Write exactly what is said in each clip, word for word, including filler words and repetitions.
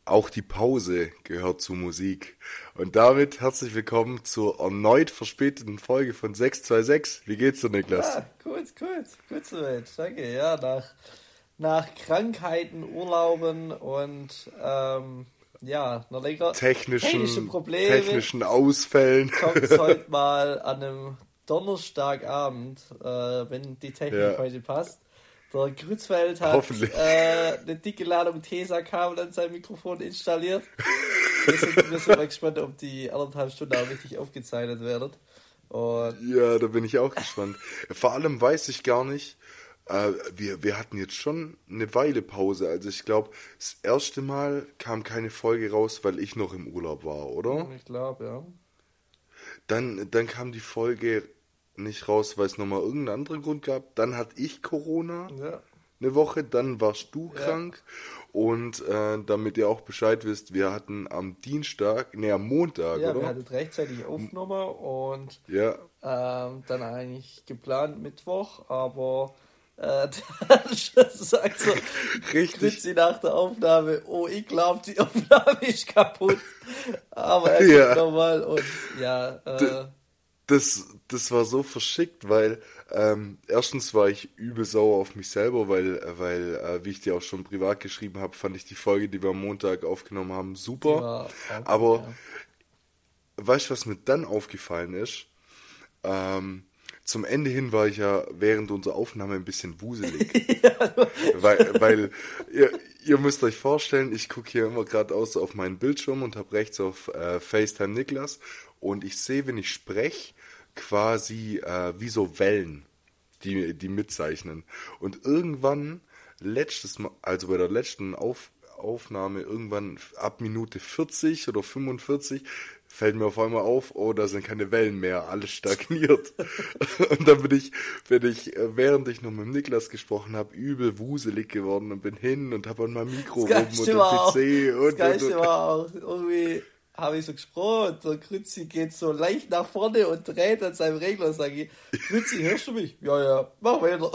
Auch die Pause gehört zur Musik. Und damit herzlich willkommen zur erneut verspäteten Folge von sechs zwei sechs. Wie geht's dir, Niklas? Ja, gut, gut, gut soweit. Danke. Ja, nach, nach Krankheiten, Urlauben und ähm, ja, noch länger technische Technischen, Probleme technischen Ausfällen. kommt es heute mal an einem Donnerstagabend, äh, wenn die Technik Ja, heute passt. Der Grützfeld hat hoffentlich. äh, eine dicke Ladung Tesa-Kabel an sein Mikrofon installiert. Wir sind, wir sind mal gespannt, ob die anderthalb Stunden auch richtig aufgezeichnet werden. Und Ja, da bin ich auch gespannt. Vor allem weiß ich gar nicht, äh, wir, wir hatten jetzt schon eine Weile Pause. Also ich glaube, das erste Mal kam keine Folge raus, weil ich noch im Urlaub war, oder? ich glaube, ja. Dann, dann kam die Folge nicht raus, weil es nochmal irgendeinen anderen Grund gab. Dann hatte ich Corona Ja, eine Woche, dann warst du ja, krank. Und äh, damit ihr auch Bescheid wisst, wir hatten am Dienstag, nee, am Montag, ja, wir oder? hatten rechtzeitig aufgenommen und Ja, ähm, dann eigentlich geplant Mittwoch, aber äh, dann sagt so richtig. Grützi nach der Aufnahme, oh, ich glaube, die Aufnahme ist kaputt, aber er guckt Ja, nochmal und ja, d- äh, das, das war so verschickt, weil ähm, erstens war ich übel sauer auf mich selber, weil, äh, weil äh, wie ich dir auch schon privat geschrieben habe, fand ich die Folge, die wir am Montag aufgenommen haben, die super. war auch gut, Aber ja. weißt du, was mir dann aufgefallen ist? Ähm, zum Ende hin war ich ja während unserer Aufnahme ein bisschen wuselig. Weil, weil ihr, ihr müsst euch vorstellen, ich gucke hier immer gerade aus auf meinen Bildschirm und habe rechts auf äh, FaceTime Niklas und ich sehe, wenn ich spreche, quasi äh, wie so Wellen, die, die mitzeichnen. Und irgendwann, letztes Mal, also bei der letzten Auf, Aufnahme, irgendwann ab Minute vierzig oder fünfundvierzig, fällt mir auf einmal auf, oh, da sind keine Wellen mehr, alles stagniert. Und dann bin ich, bin ich, äh, während ich noch mit dem Niklas gesprochen habe, übel wuselig geworden und bin hin und habe an meinem Mikro Das rum und Geilste am war auch, P C das und, und, Geilste und. war auch, irgendwie habe ich so gesprochen, der Grützi geht so leicht nach vorne und dreht an seinem Regler und sage ich, Grützi, hörst du mich? Ja, ja, mach weiter.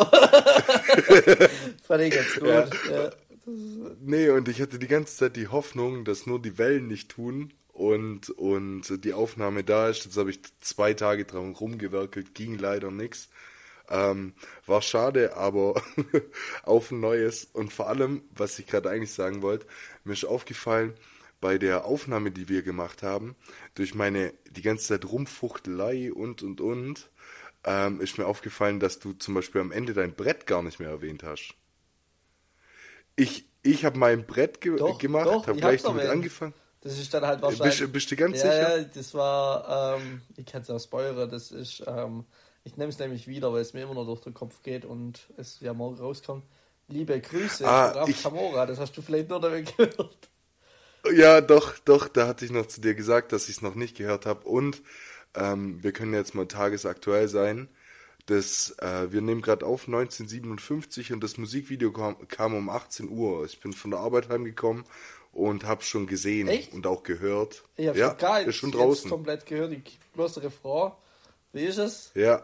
Fand ich ganz Ja, gut. Ja, nee, und ich hatte die ganze Zeit die Hoffnung, dass nur die Wellen nicht tun und, und die Aufnahme da ist. Jetzt habe ich zwei Tage dran rumgewerkelt, ging leider nichts. Ähm, war schade, aber auf ein neues. Und vor allem, was ich gerade eigentlich sagen wollte, mir ist aufgefallen, bei der Aufnahme, die wir gemacht haben, durch meine die ganze Zeit Rumfuchtelei und und und, ähm, ist mir aufgefallen, dass du zum Beispiel am Ende dein Brett gar nicht mehr erwähnt hast. Ich, ich habe mein Brett ge doch, gemacht, doch, habe ich gleich hab's damit erwähnt. angefangen. Das ist dann halt Äh, Bist, wahrscheinlich, du- bist du ganz ja, sicher? ja, das war, ähm, ich kann es auch spoilern, das ist, ähm, ich nehme es nämlich wieder, weil es mir immer noch durch den Kopf geht und es ja morgen rauskommt. Liebe Grüße von Ah, Raf ich, Kamora, das hast du vielleicht nur damit gehört. ja, doch, doch, da hatte ich noch zu dir gesagt, dass ich es noch nicht gehört habe. Und ähm, wir können jetzt mal tagesaktuell sein. Das, äh, wir nehmen gerade auf neunzehnhundertsiebenundfünfzig und das Musikvideo kam, kam um achtzehn Uhr. Ich bin von der Arbeit heimgekommen und habe schon gesehen Echt? und auch gehört. Ich hab's Ja, noch gar ist nicht schon jetzt draußen. komplett gehört, ich bloß der Refrain. Wie ist es? Ja,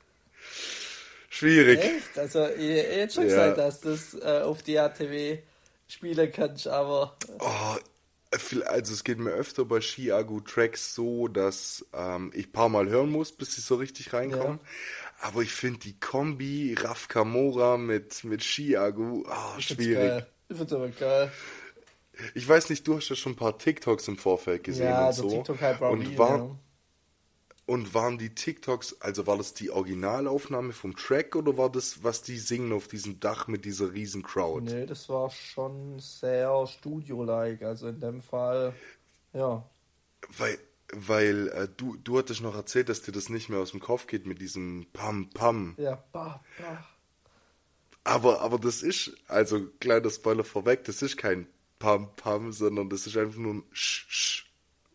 schwierig. Echt? Also, ich, ich hätte schon gesagt, Ja. dass das äh, auf die A T W spielen kannst, aber Oh, viel- also es geht mir öfter bei Ski-Agu-Tracks so, dass ähm, ich ein paar Mal hören muss, bis sie so richtig ja, reinkommen. Aber ich finde die Kombi Raf Kamora mit, mit Ski-Agu, ah, ich find's schwierig. geil. Ich find's aber geil. Ich weiß nicht, du hast ja schon ein paar TikToks im Vorfeld gesehen Ja, und der so. TikTok-Hype war Und real, war, ja. und waren die TikToks, also war das die Originalaufnahme vom Track oder war das, was die singen auf diesem Dach mit dieser riesen Crowd? Nee, das war schon sehr Studio-like, also in dem Fall, ja. Weil, weil äh, du, du hattest noch erzählt, dass dir das nicht mehr aus dem Kopf geht mit diesem Pam Pam. Ja, bah, bah. Aber, aber das ist, also kleiner Spoiler vorweg, das ist kein Pam Pam, sondern das ist einfach nur ein Sch Sch.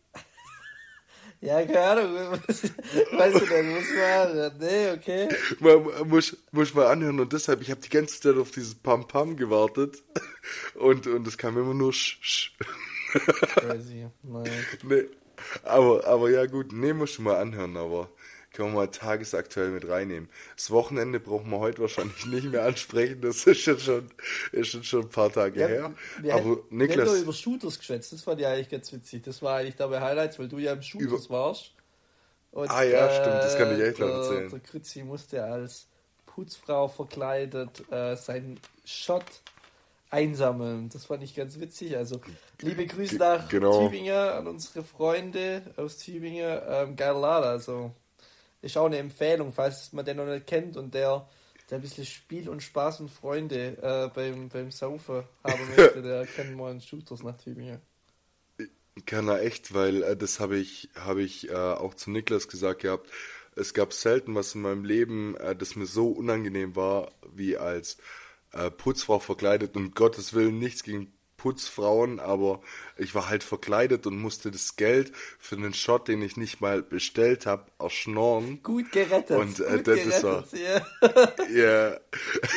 Ja, keine Ahnung, weißt du denn, muss man, nee, okay. Man muss, muss mal anhören und deshalb, ich habe die ganze Zeit auf dieses Pam Pam gewartet und, und es kam immer nur Sch Sch. Crazy, naja. Nee, aber, aber ja gut, nee, musst du mal anhören, aber können wir mal tagesaktuell mit reinnehmen. Das Wochenende brauchen wir heute wahrscheinlich nicht mehr ansprechen, das ist jetzt schon, ist jetzt schon ein paar Tage Ja, her. wir Aber hätten, wir hätten Niklas, nur über Shooters geschwätzt, das fand ich eigentlich ganz witzig. Das war eigentlich dabei Highlights, weil du ja im Shooters Über- warst. Und, Ah ja, stimmt, das kann ich echt noch der, erzählen. Der Grützi musste als Putzfrau verkleidet äh, seinen Shot einsammeln. Das fand ich ganz witzig. Also liebe Grüße Ge- nach genau. Tübingen an unsere Freunde aus Tübingen. Ähm, geiler Laden, also ist auch eine Empfehlung, falls man den noch nicht kennt und der, der ein bisschen Spiel und Spaß und Freunde äh, beim, beim Saufen haben möchte, der kann mal einen Shooters nach Tübingen. Kann er echt, weil äh, das habe ich, habe ich äh, auch zu Niklas gesagt gehabt. Es gab selten was in meinem Leben, äh, das mir so unangenehm war, wie als äh, Putzfrau verkleidet. Und Gottes Willen nichts gegen Putzfrauen, aber ich war halt verkleidet und musste das Geld für einen Shot, den ich nicht mal bestellt habe, erschnorren. Gut gerettet. Und äh, gut das, gerettet, das war, ja. ja.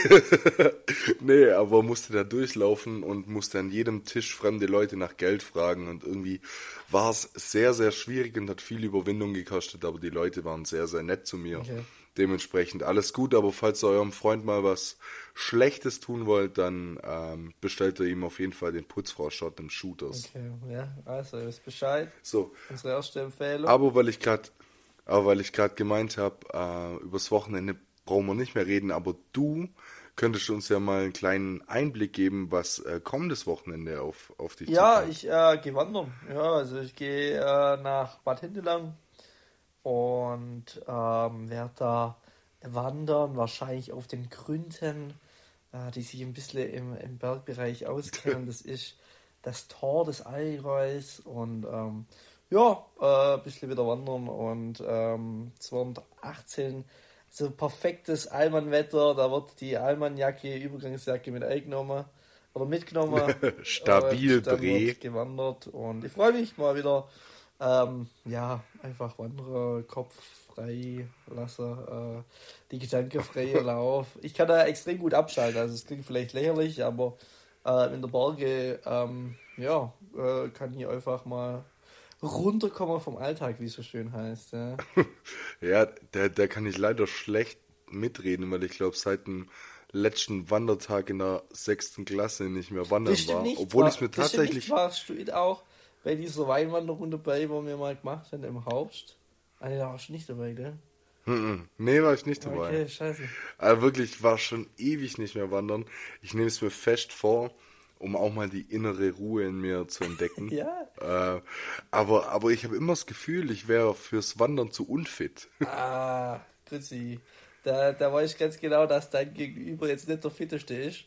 Nee, aber musste da durchlaufen und musste an jedem Tisch fremde Leute nach Geld fragen und irgendwie war es sehr, sehr schwierig und hat viel Überwindung gekostet, aber die Leute waren sehr, sehr nett zu mir. Okay. Dementsprechend alles gut, aber falls ihr eurem Freund mal was Schlechtes tun wollt, dann ähm, bestellt ihr ihm auf jeden Fall den Putzfrau-Shot im Shooters. Okay, ja, also ihr wisst Bescheid. So, Unsere erste Empfehlung. aber weil ich gerade aber weil ich gerade gemeint habe, äh, übers Wochenende brauchen wir nicht mehr reden, aber du könntest uns ja mal einen kleinen Einblick geben, was äh, kommendes Wochenende auf, auf dich Ja, zukommt. ich äh, gehe wandern. Ja, also ich gehe äh, nach Bad Hindelang und ähm, werde da wandern, wahrscheinlich auf den Gründen, äh, die sich ein bisschen im, im Bergbereich auskennen. Das ist das Tor des Allgäus und ähm, ja, äh, ein bisschen wieder wandern und ähm, zweitausendachtzehn, so perfektes Allmann-Wetter, da wird die Allmann-Jacke, Übergangsjacke mit eingenommen oder mitgenommen. Stabil, und dann Bre. wird gewandert und ich freue mich mal wieder, ähm, ja, einfach wandern, Kopf frei lassen, äh, die Gedanken freien Lauf. Ich kann da extrem gut abschalten, also es klingt vielleicht lächerlich, aber äh, in der Berge, ähm, ja, äh, kann ich einfach mal runterkommen vom Alltag, wie es so schön heißt. Ja, Ja, da, da kann ich leider schlecht mitreden, weil ich glaube, seit dem letzten Wandertag in der sechsten Klasse nicht mehr wandern das stimmt war. nicht. Obwohl war, ich mir das stimmt tatsächlich... nicht, warst du auch bei dieser Weinwanderung dabei, wo wir mal gemacht haben im Herbst? Ah, nee, da warst du nicht dabei, gell? Mm-mm. Nee, war ich nicht dabei. Okay, scheiße. Aber wirklich, ich war schon ewig nicht mehr wandern. Ich nehme es mir fest vor, um auch mal die innere Ruhe in mir zu entdecken. Ja. Äh, aber, aber ich habe immer das Gefühl, ich wäre fürs Wandern zu unfit. Ah, grüezi. Da, da weiß ich ganz genau, dass dein Gegenüber jetzt nicht der Fitteste ist.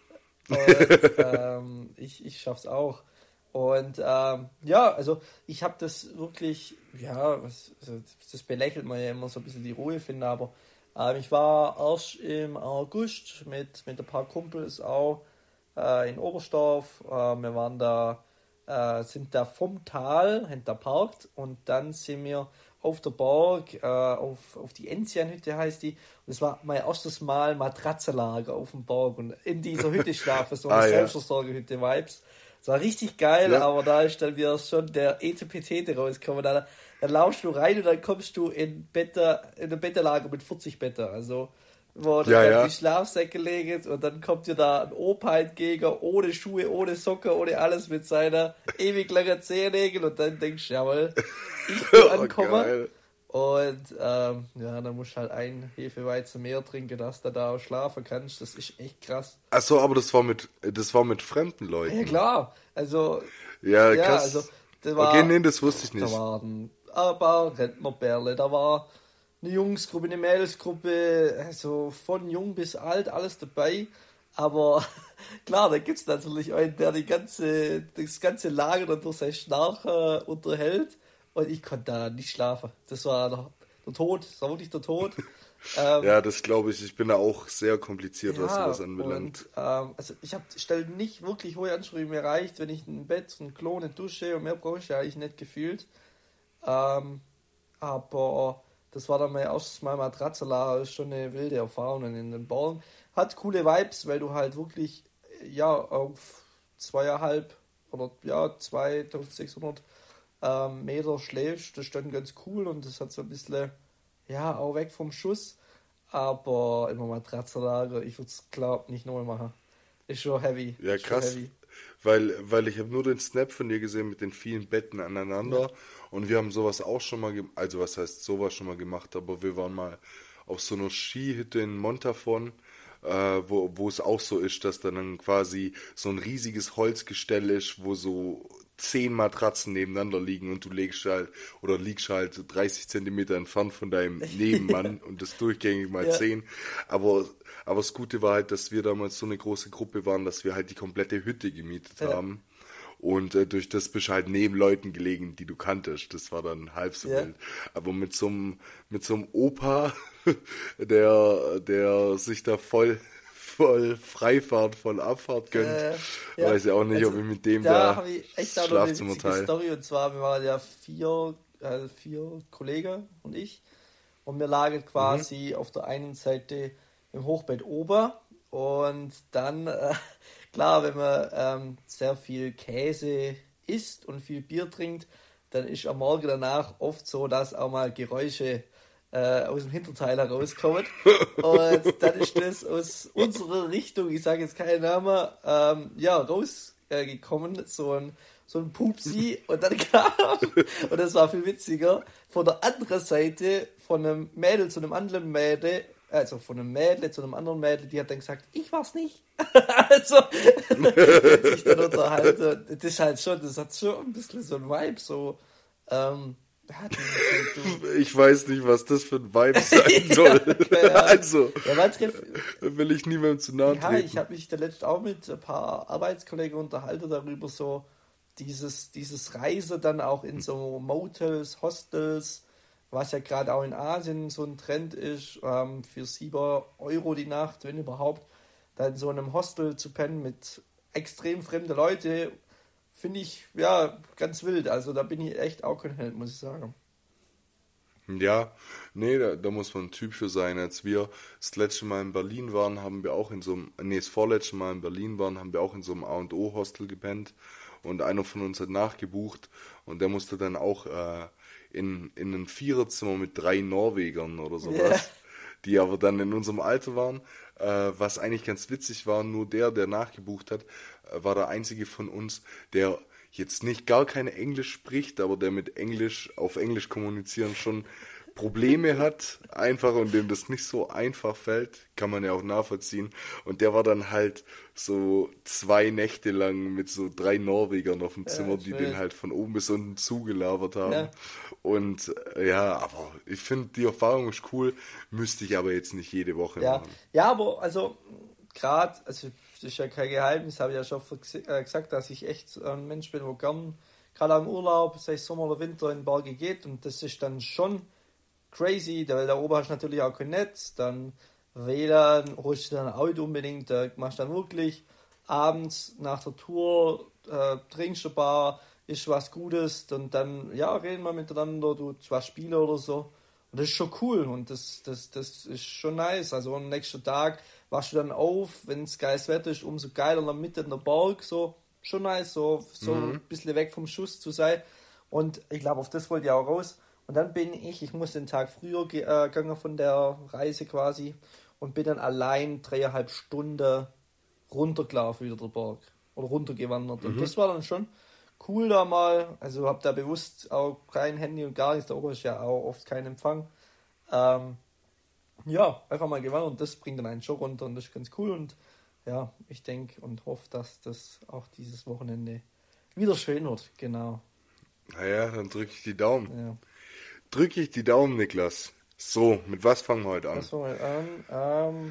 Und ähm, ich, ich schaff's auch. Und ähm, ja, also ich habe das wirklich, ja, was, also das belächelt man ja immer so ein bisschen die Ruhe finde, aber ähm, ich war erst im August mit, mit ein paar Kumpels auch äh, in Oberstdorf. Äh, wir waren da, äh, sind da vom Tal, haben da parkt und dann sind wir auf der Burg, äh, auf, auf die Enzianhütte heißt die. Und es war mein erstes Mal Matratzenlager auf dem Berg und in dieser Hütte schlafen, so eine Ah, ja. Selbstversorgerhütte-Vibes. Es war richtig geil, Ja. aber da ist dann wieder schon der Etepetete rausgekommen. Dann, dann laufst du rein und dann kommst du in, Bette, in ein Bettenlager mit vierzig Betten. Also, wo dann, Ja, dann ja. die Schlafsäcke legen und dann kommt dir da ein Opa entgegen, ohne Schuhe, ohne Socken, ohne alles, mit seiner ewig langen Zehennägel und dann denkst du, jawohl, ich bin Oh, angekommen. geil. Und ähm, ja, dann musst du halt ein Hefeweizen mehr trinken, dass du da auch schlafen kannst. Das ist echt krass. Achso, aber das war mit das war mit fremden Leuten. Ja klar, also Ja, ja, krass. also da war, okay, nee, das wusste ich da nicht. waren ein paar Rentnerperle, da war eine Jungsgruppe, eine Mädelsgruppe, also von jung bis alt, alles dabei. Aber klar, da gibt es natürlich einen, der die ganze, das ganze Lager dann durch sein Schnarchen unterhält. Und ich konnte da nicht schlafen. Das war der, der Tod, das war wirklich der Tod. ähm, Ja, das glaube ich. Ich bin da auch sehr kompliziert, was ja, sowas anbelangt. und ähm, also ich habe stelle nicht wirklich hohe Ansprüche. Mir reicht, wenn ich ein Bett, ein Klo, eine Dusche und mehr brauche ich ja eigentlich nicht gefühlt. Ähm, aber das war dann mein erstes Mal Matratzenlager, ist schon eine wilde Erfahrung in den Bergen. Hat coole Vibes, weil du halt wirklich ja auf zweieinhalb oder ja zweitausendsechshundert ähm, Meter schläfst. Das ist dann ganz cool und das hat so ein bisschen ja, auch weg vom Schuss, aber immer Matratzenlager, ich würde es, glaube nicht nochmal machen. Ist schon heavy. Ja, ist krass. Schon heavy. Weil, weil ich habe nur den Snap von dir gesehen mit den vielen Betten aneinander Ja. und wir haben sowas auch schon mal gemacht, also was heißt sowas schon mal gemacht, aber wir waren mal auf so einer Skihütte in Montafon, äh, wo, wo es auch so ist, dass dann quasi so ein riesiges Holzgestell ist, wo so zehn Matratzen nebeneinander liegen und du legst halt oder liegst halt dreißig Zentimeter entfernt von deinem Nebenmann und das durchgängig mal Ja. zehn. Aber, aber das Gute war halt, dass wir damals so eine große Gruppe waren, dass wir halt die komplette Hütte gemietet Ja. haben. Und äh, durch das bist du halt neben Leuten gelegen, die du kanntest. Das war dann halb so Ja. wild. Aber mit so einem mit so einem Opa, der, der sich da voll, voll Freifahrt, voll Abfahrt gönnt, Äh, ja. weiß ich auch nicht, Also, ob ich mit dem da da habe ich echt das auch noch eine Schlafzimmer witzige teile. Story. Und zwar, wir waren ja vier, äh, vier Kollegen und ich. Und wir lagen quasi auf der einen Seite im Hochbett oben. Und dann, äh, klar, wenn man ähm, sehr viel Käse isst und viel Bier trinkt, dann ist am Morgen danach oft so, dass auch mal Geräusche äh, aus dem Hinterteil herauskommen. Und dann ist das aus unserer Richtung, ich sage jetzt keinen Namen, ähm, ja, rausgekommen, äh, so ein so ein Pupsi, und dann kam, und das war viel witziger, von der anderen Seite von einem Mädel zu einem anderen Mädel, also von einem Mädel zu einem anderen Mädel, die hat dann gesagt, ich war's nicht. Also, die hat sich dann unterhalten. Das ist halt schon, das hat schon ein bisschen so ein Vibe, so, ähm, ja, du, du, Ich weiß nicht, was das für ein Vibe sein soll. ja, Also, ja, man trifft, will ich niemandem zu nahe ja, treten. ich habe mich da letztens auch mit ein paar Arbeitskollegen unterhalten darüber, so dieses, dieses Reise dann auch in so Motels, Hostels, was ja gerade auch in Asien so ein Trend ist, ähm, für sieben Euro die Nacht, wenn überhaupt, da in so einem Hostel zu pennen mit extrem fremden Leuten, finde ich, ja, ganz wild. Also da bin ich echt auch kein Held, muss ich sagen. Ja, nee, da, da muss man ein Typ für sein. Als wir das letzte Mal in Berlin waren, haben wir auch in so einem, nee, das vorletzte Mal in Berlin waren, haben wir auch in so einem A und O-Hostel gepennt. Und einer von uns hat nachgebucht und der musste dann auch äh, in, in ein Viererzimmer mit drei Norwegern oder sowas, Ja. die aber dann in unserem Alter waren. Äh, was eigentlich ganz witzig war, nur der, der nachgebucht hat, äh, war der einzige von uns, der jetzt nicht gar kein Englisch spricht, aber der mit Englisch auf Englisch kommunizieren schon Probleme hat, einfach, und dem das nicht so einfach fällt, kann man ja auch nachvollziehen. Und der war dann halt so zwei Nächte lang mit so drei Norwegern auf dem Zimmer, die schön. den halt von oben bis unten zugelabert haben. Ja. Und äh, ja, aber ich finde, die Erfahrung ist cool, müsste ich aber jetzt nicht jede Woche Ja, machen. ja, aber also gerade, also das ist ja kein Geheimnis, habe ich ja schon verg- äh, gesagt, dass ich echt ein Mensch bin, wo gern gerade am Urlaub, sei es Sommer oder Winter, in Berge geht, und das ist dann schon crazy, weil da oben hast du natürlich auch kein Netz, dann W L A N, holst du dann ein Auto unbedingt, da machst du dann wirklich abends nach der Tour, äh, trinkst du ein paar, isst was Gutes, und dann, ja, reden wir miteinander, du was spielen oder so. Und das ist schon cool und das, das, das ist schon nice. Also am nächsten Tag wachst du dann auf, wenn es geiles Wetter ist, umso geiler, dann mitten in der Berg, so, schon nice, so, so Mhm. ein bisschen weg vom Schuss zu sein. Und ich glaube, auf das wollte ich auch raus. Und dann bin ich, ich muss den Tag früher ge- äh, gegangen von der Reise quasi, und bin dann allein dreieinhalb Stunden runtergelaufen wieder der Berg. Oder runtergewandert. Und das war dann schon cool da mal. Also hab da bewusst auch kein Handy und gar nichts. Da oben ist ja auch oft kein Empfang. Ähm, ja, einfach mal gewandert, und das bringt dann einen schon runter, und das ist ganz cool. Und ja, ich denke und hoffe, dass das auch dieses Wochenende wieder schön wird. Genau. Naja, dann drücke ich die Daumen. Ja. Drücke ich die Daumen, Niklas. So, mit was fangen wir heute an? Was fangen wir an? Ähm,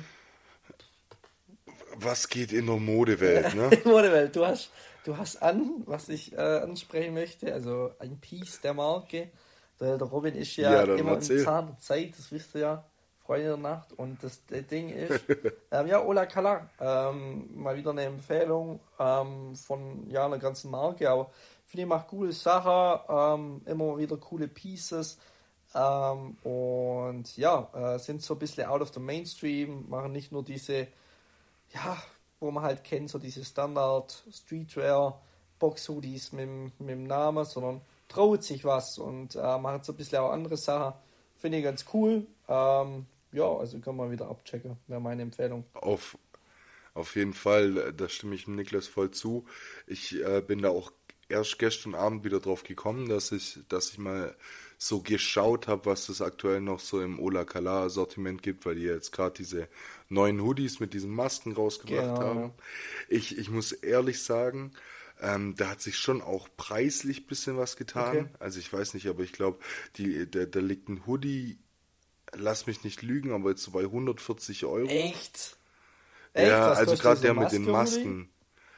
Was geht in der Modewelt, ne? Modewelt, du hast, du hast an, was ich äh, ansprechen möchte, also ein Piece der Marke. Der, der Robin ist ja, Ja, dann immer erzähl. im Zahn der Zeit, das wisst ihr ja, Freunde der Nacht. Und das, das Ding ist, ähm, ja, Ola Kala, ähm, mal wieder eine Empfehlung ähm, von ja, einer ganzen Marke, aber finde ich, macht coole Sachen, ähm, immer wieder coole Pieces. Ähm, und ja, äh, sind so ein bisschen out of the mainstream, machen nicht nur diese, ja, wo man halt kennt, so diese Standard Streetwear Box-Hoodies mit, dem- mit dem Namen, sondern traut sich was und äh, macht so ein bisschen auch andere Sachen. Finde ich ganz cool. Ähm, ja, also kann man wieder abchecken, wäre meine Empfehlung. Auf, auf jeden Fall, da stimme ich dem Niklas voll zu. Ich äh, bin da auch erst gestern Abend wieder drauf gekommen, dass ich, dass ich mal so geschaut habe, was es aktuell noch so im Ola Kala Sortiment gibt, weil die jetzt gerade diese neuen Hoodies mit diesen Masken rausgebracht Genau, haben. ja. Ich, ich muss ehrlich sagen, ähm, da hat sich schon auch preislich ein bisschen was getan. Okay. Also ich weiß nicht, aber ich glaube, die, da, da liegt ein Hoodie, lass mich nicht lügen, aber jetzt so bei hundertvierzig Euro. Echt? Echt? Ja, Was also kostet gerade diese der mit den Maske, Masken.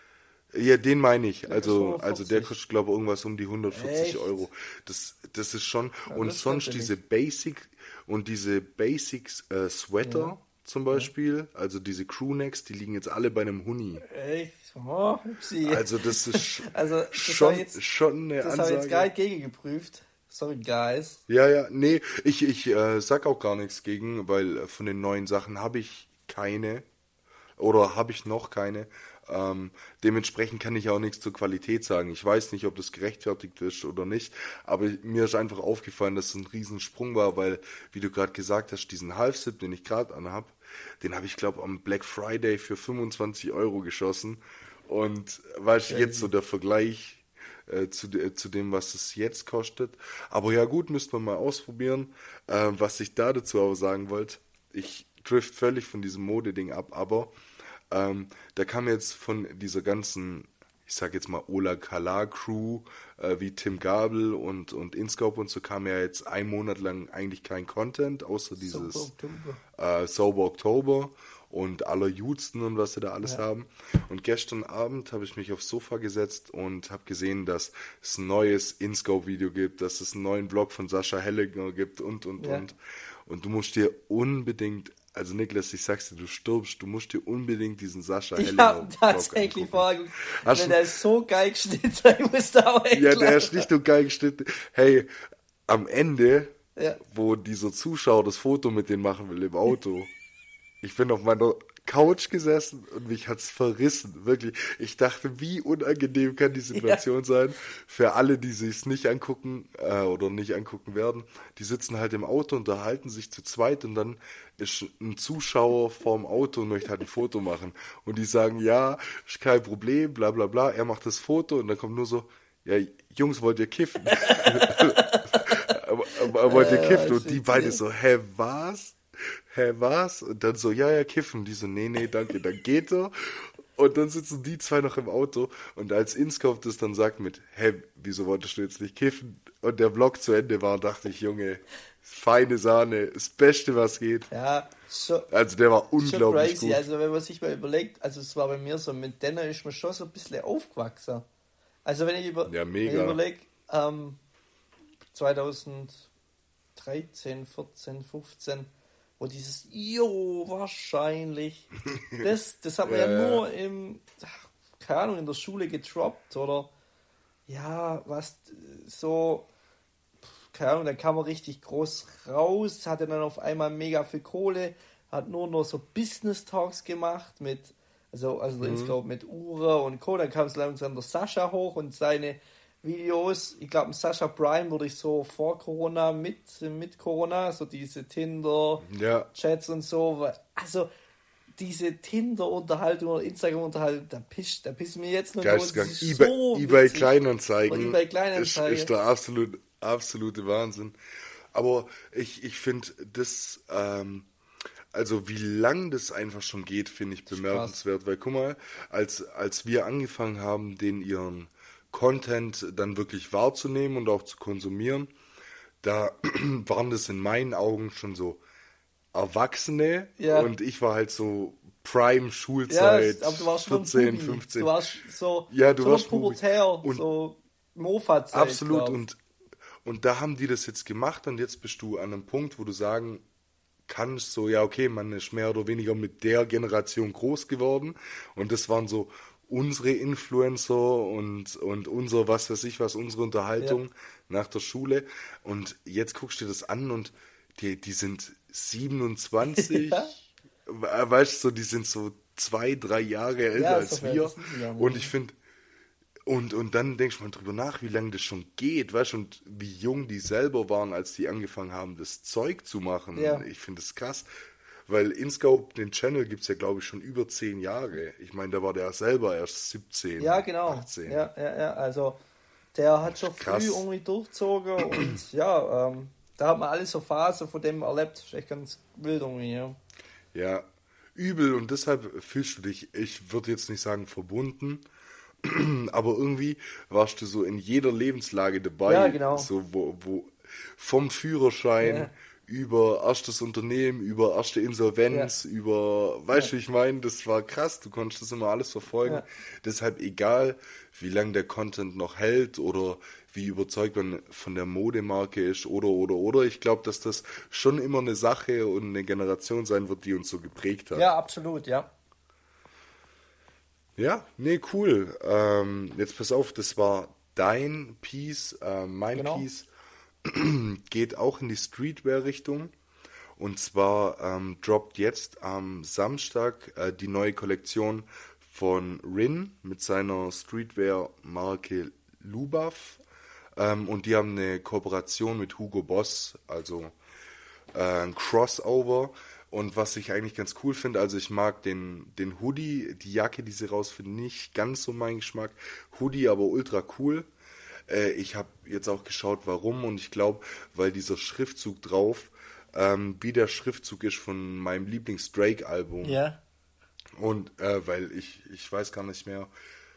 Ja, den meine ich. Der Also, kostet also der hundertvierzig. kostet, glaube ich, irgendwas um die hundertvierzig Echt? Euro. Das, das ist schon. Ja, Und das ist sonst schon diese Basic und diese Basics äh, Sweater Ja. zum Beispiel, also diese Crewnecks, die liegen jetzt alle bei einem Huni. Echt? Oh, upsie. Also das ist Also, das schon, habe ich jetzt, schon eine das habe ich jetzt Ansage. gar nicht gegengeprüft. Sorry, guys. Ja, ja, nee, ich, ich äh, sag auch gar nichts gegen, weil äh, von den neuen Sachen habe ich keine oder habe ich noch keine. Ähm, dementsprechend kann ich auch nichts zur Qualität sagen. Ich weiß nicht, ob das gerechtfertigt ist oder nicht, aber mir ist einfach aufgefallen, dass es ein Riesensprung war, weil, wie du gerade gesagt hast, diesen Halfzip, den ich gerade anhab, den habe ich, glaube am Black Friday für fünfundzwanzig Euro geschossen. Und weißt du, jetzt so der Vergleich äh, zu, de- zu dem, was es jetzt kostet. Aber ja gut, müsste man mal ausprobieren. Äh, was ich da dazu auch sagen wollte, ich drift völlig von diesem Modeding ab, aber ähm, da kam jetzt von dieser ganzen, ich sag jetzt mal Ola Kala Crew, äh, wie Tim Gabel und, und Inscope und so, kam ja jetzt einen Monat lang eigentlich kein Content, außer dieses Sober Oktober. äh, Sober Oktober und aller Judsten und was sie da alles Ja. haben. Und gestern Abend habe ich mich aufs Sofa gesetzt und habe gesehen, dass es ein neues Inscope-Video gibt, dass es einen neuen Vlog von Sascha Hellinger gibt und, und, Ja. und. Und du musst dir unbedingt, also Niklas, ich sag's dir, du stirbst, du musst dir unbedingt diesen Sascha Ich Hellinger habe tatsächlich angucken. vorher, Hast wenn du- der ist so geil geschnitten, ich muss da auch echt Ja, der lachen. ist nicht nur geil geschnitten. Hey, am Ende, Ja. wo dieser Zuschauer das Foto mit denen machen will im Auto, ich bin auf meiner Couch gesessen und mich hat's verrissen, wirklich. Ich dachte, wie unangenehm kann die Situation sein für alle, die sich's nicht angucken äh, oder nicht angucken werden. Die sitzen halt im Auto, unterhalten sich zu zweit und dann ist ein Zuschauer vorm Auto und möchte halt ein Foto machen. Und die sagen, ja, ist kein Problem, bla bla bla. Er macht das Foto und dann kommt nur so, ja, Jungs, wollt ihr kiffen? aber, aber, aber wollt ihr Äh, kiffen? Und shit, die beide ja. so, hä, was? Hä, was? Und dann so, ja, ja, kiffen. Die so, nee, nee, danke, dann geht er. Und dann sitzen die zwei noch im Auto und als Inscope das dann sagt mit, hä, wieso wolltest du jetzt nicht kiffen? Und der Vlog zu Ende war, dachte ich, Junge, feine Sahne, das Beste, was geht. Ja, schon, Also der war schon unglaublich crazy. gut. Also wenn man sich mal überlegt, also es war bei mir so, mit Denner ist man schon so ein bisschen aufgewachsen. Also wenn ich, über, Ja, wenn mega. ich überlege, ähm, zweitausenddreizehn, vierzehn, fünfzehn, wo dieses Jo, wahrscheinlich, das, das hat man ja, Ja, ja. nur im, ach, keine Ahnung, in der Schule getroppt oder ja, was so, keine Ahnung, dann kam er richtig groß raus, hatte dann auf einmal mega viel Kohle, hat nur noch so Business Talks gemacht mit, also, also der Inscope mit Ure und Co. Dann kam es langsam der Sascha hoch und seine Videos, ich glaube, Sascha Prime wurde ich so vor Corona, mit, mit Corona, so diese Tinder, Ja, Chats und so, weil- also diese Tinder-Unterhaltung oder Instagram-Unterhaltung, da pisst, da pisst mir jetzt noch Geisteskrank. das ist eBay, so eBay witzig. Kleinanzeigen, Oder eBay Kleinanzeigen. Ist, ist der absolut, absolute Wahnsinn. Aber ich, ich finde das, ähm, also wie lang das einfach schon geht, finde ich bemerkenswert. Weil guck mal, als, als wir angefangen haben, den ihren Content dann wirklich wahrzunehmen und auch zu konsumieren, da waren das in meinen Augen schon so Erwachsene Ja. und ich war halt so Prime Ja, Schulzeit, aber du warst schon vierzehn, Bubi. fünfzehn. Du warst so, Ja, du so warst noch Bubi. pubertär, Und- so Mofa-Zeit. Absolut. glaub. Und, und da haben die das jetzt gemacht und jetzt bist du an einem Punkt, wo du sagen kannst, so, ja, okay, man ist mehr oder weniger mit der Generation groß geworden und das waren so unsere Influencer und, und unser, was weiß ich was, unsere Unterhaltung nach der Schule und jetzt guckst du dir das an und die, die sind siebenundzwanzig, Ja. weißt du, so, die sind so zwei, drei Jahre älter Ja, als so weit wir ist es ja, und ne? ich finde Und, und dann denkst du mal drüber nach, wie lange das schon geht, weißt du, und wie jung die selber waren, als die angefangen haben, das Zeug zu machen. Ja. Ich finde das krass, weil InScope, den Channel gibt es ja, glaube ich, schon über zehn Jahre. Ich meine, da war der selber erst siebzehn, Ja, genau. achtzehn. Ja, ja, ja, also der hat schon Krass. früh irgendwie durchgezogen und ja, ähm, da hat man alles so Phasen von dem erlebt. Das ist echt ganz wild irgendwie, ja. Ja, übel, und deshalb fühlst du dich, ich würde jetzt nicht sagen verbunden, aber irgendwie warst du so in jeder Lebenslage dabei, Ja, genau. so wo, wo vom Führerschein Ja. über erstes Unternehmen, über erste Insolvenz, Ja. über, weißt du, Ja. ich meine, das war krass, du konntest das immer alles verfolgen. Ja. Deshalb egal, wie lange der Content noch hält oder wie überzeugt man von der Modemarke ist oder, oder, oder. Ich glaube, dass das schon immer eine Sache und eine Generation sein wird, die uns so geprägt hat. Ja, absolut, ja. Ja, nee, cool. Ähm, jetzt pass auf, das war dein Piece. Äh, mein Genau. Piece geht auch in die Streetwear-Richtung. Und zwar ähm, droppt jetzt am Samstag äh, die neue Kollektion von Rin mit seiner Streetwear-Marke Lubav. Ähm, und die haben eine Kooperation mit Hugo Boss, also äh, ein Crossover. Und was ich eigentlich ganz cool finde, also ich mag den, den Hoodie, die Jacke, die sie rausfinden, nicht ganz so mein Geschmack. Hoodie aber ultra cool. Äh, ich habe jetzt auch geschaut, warum, und ich glaube, weil dieser Schriftzug drauf, ähm, wie der Schriftzug ist von meinem Lieblings-Drake-Album. Ja. Und äh, weil ich, ich weiß gar nicht mehr,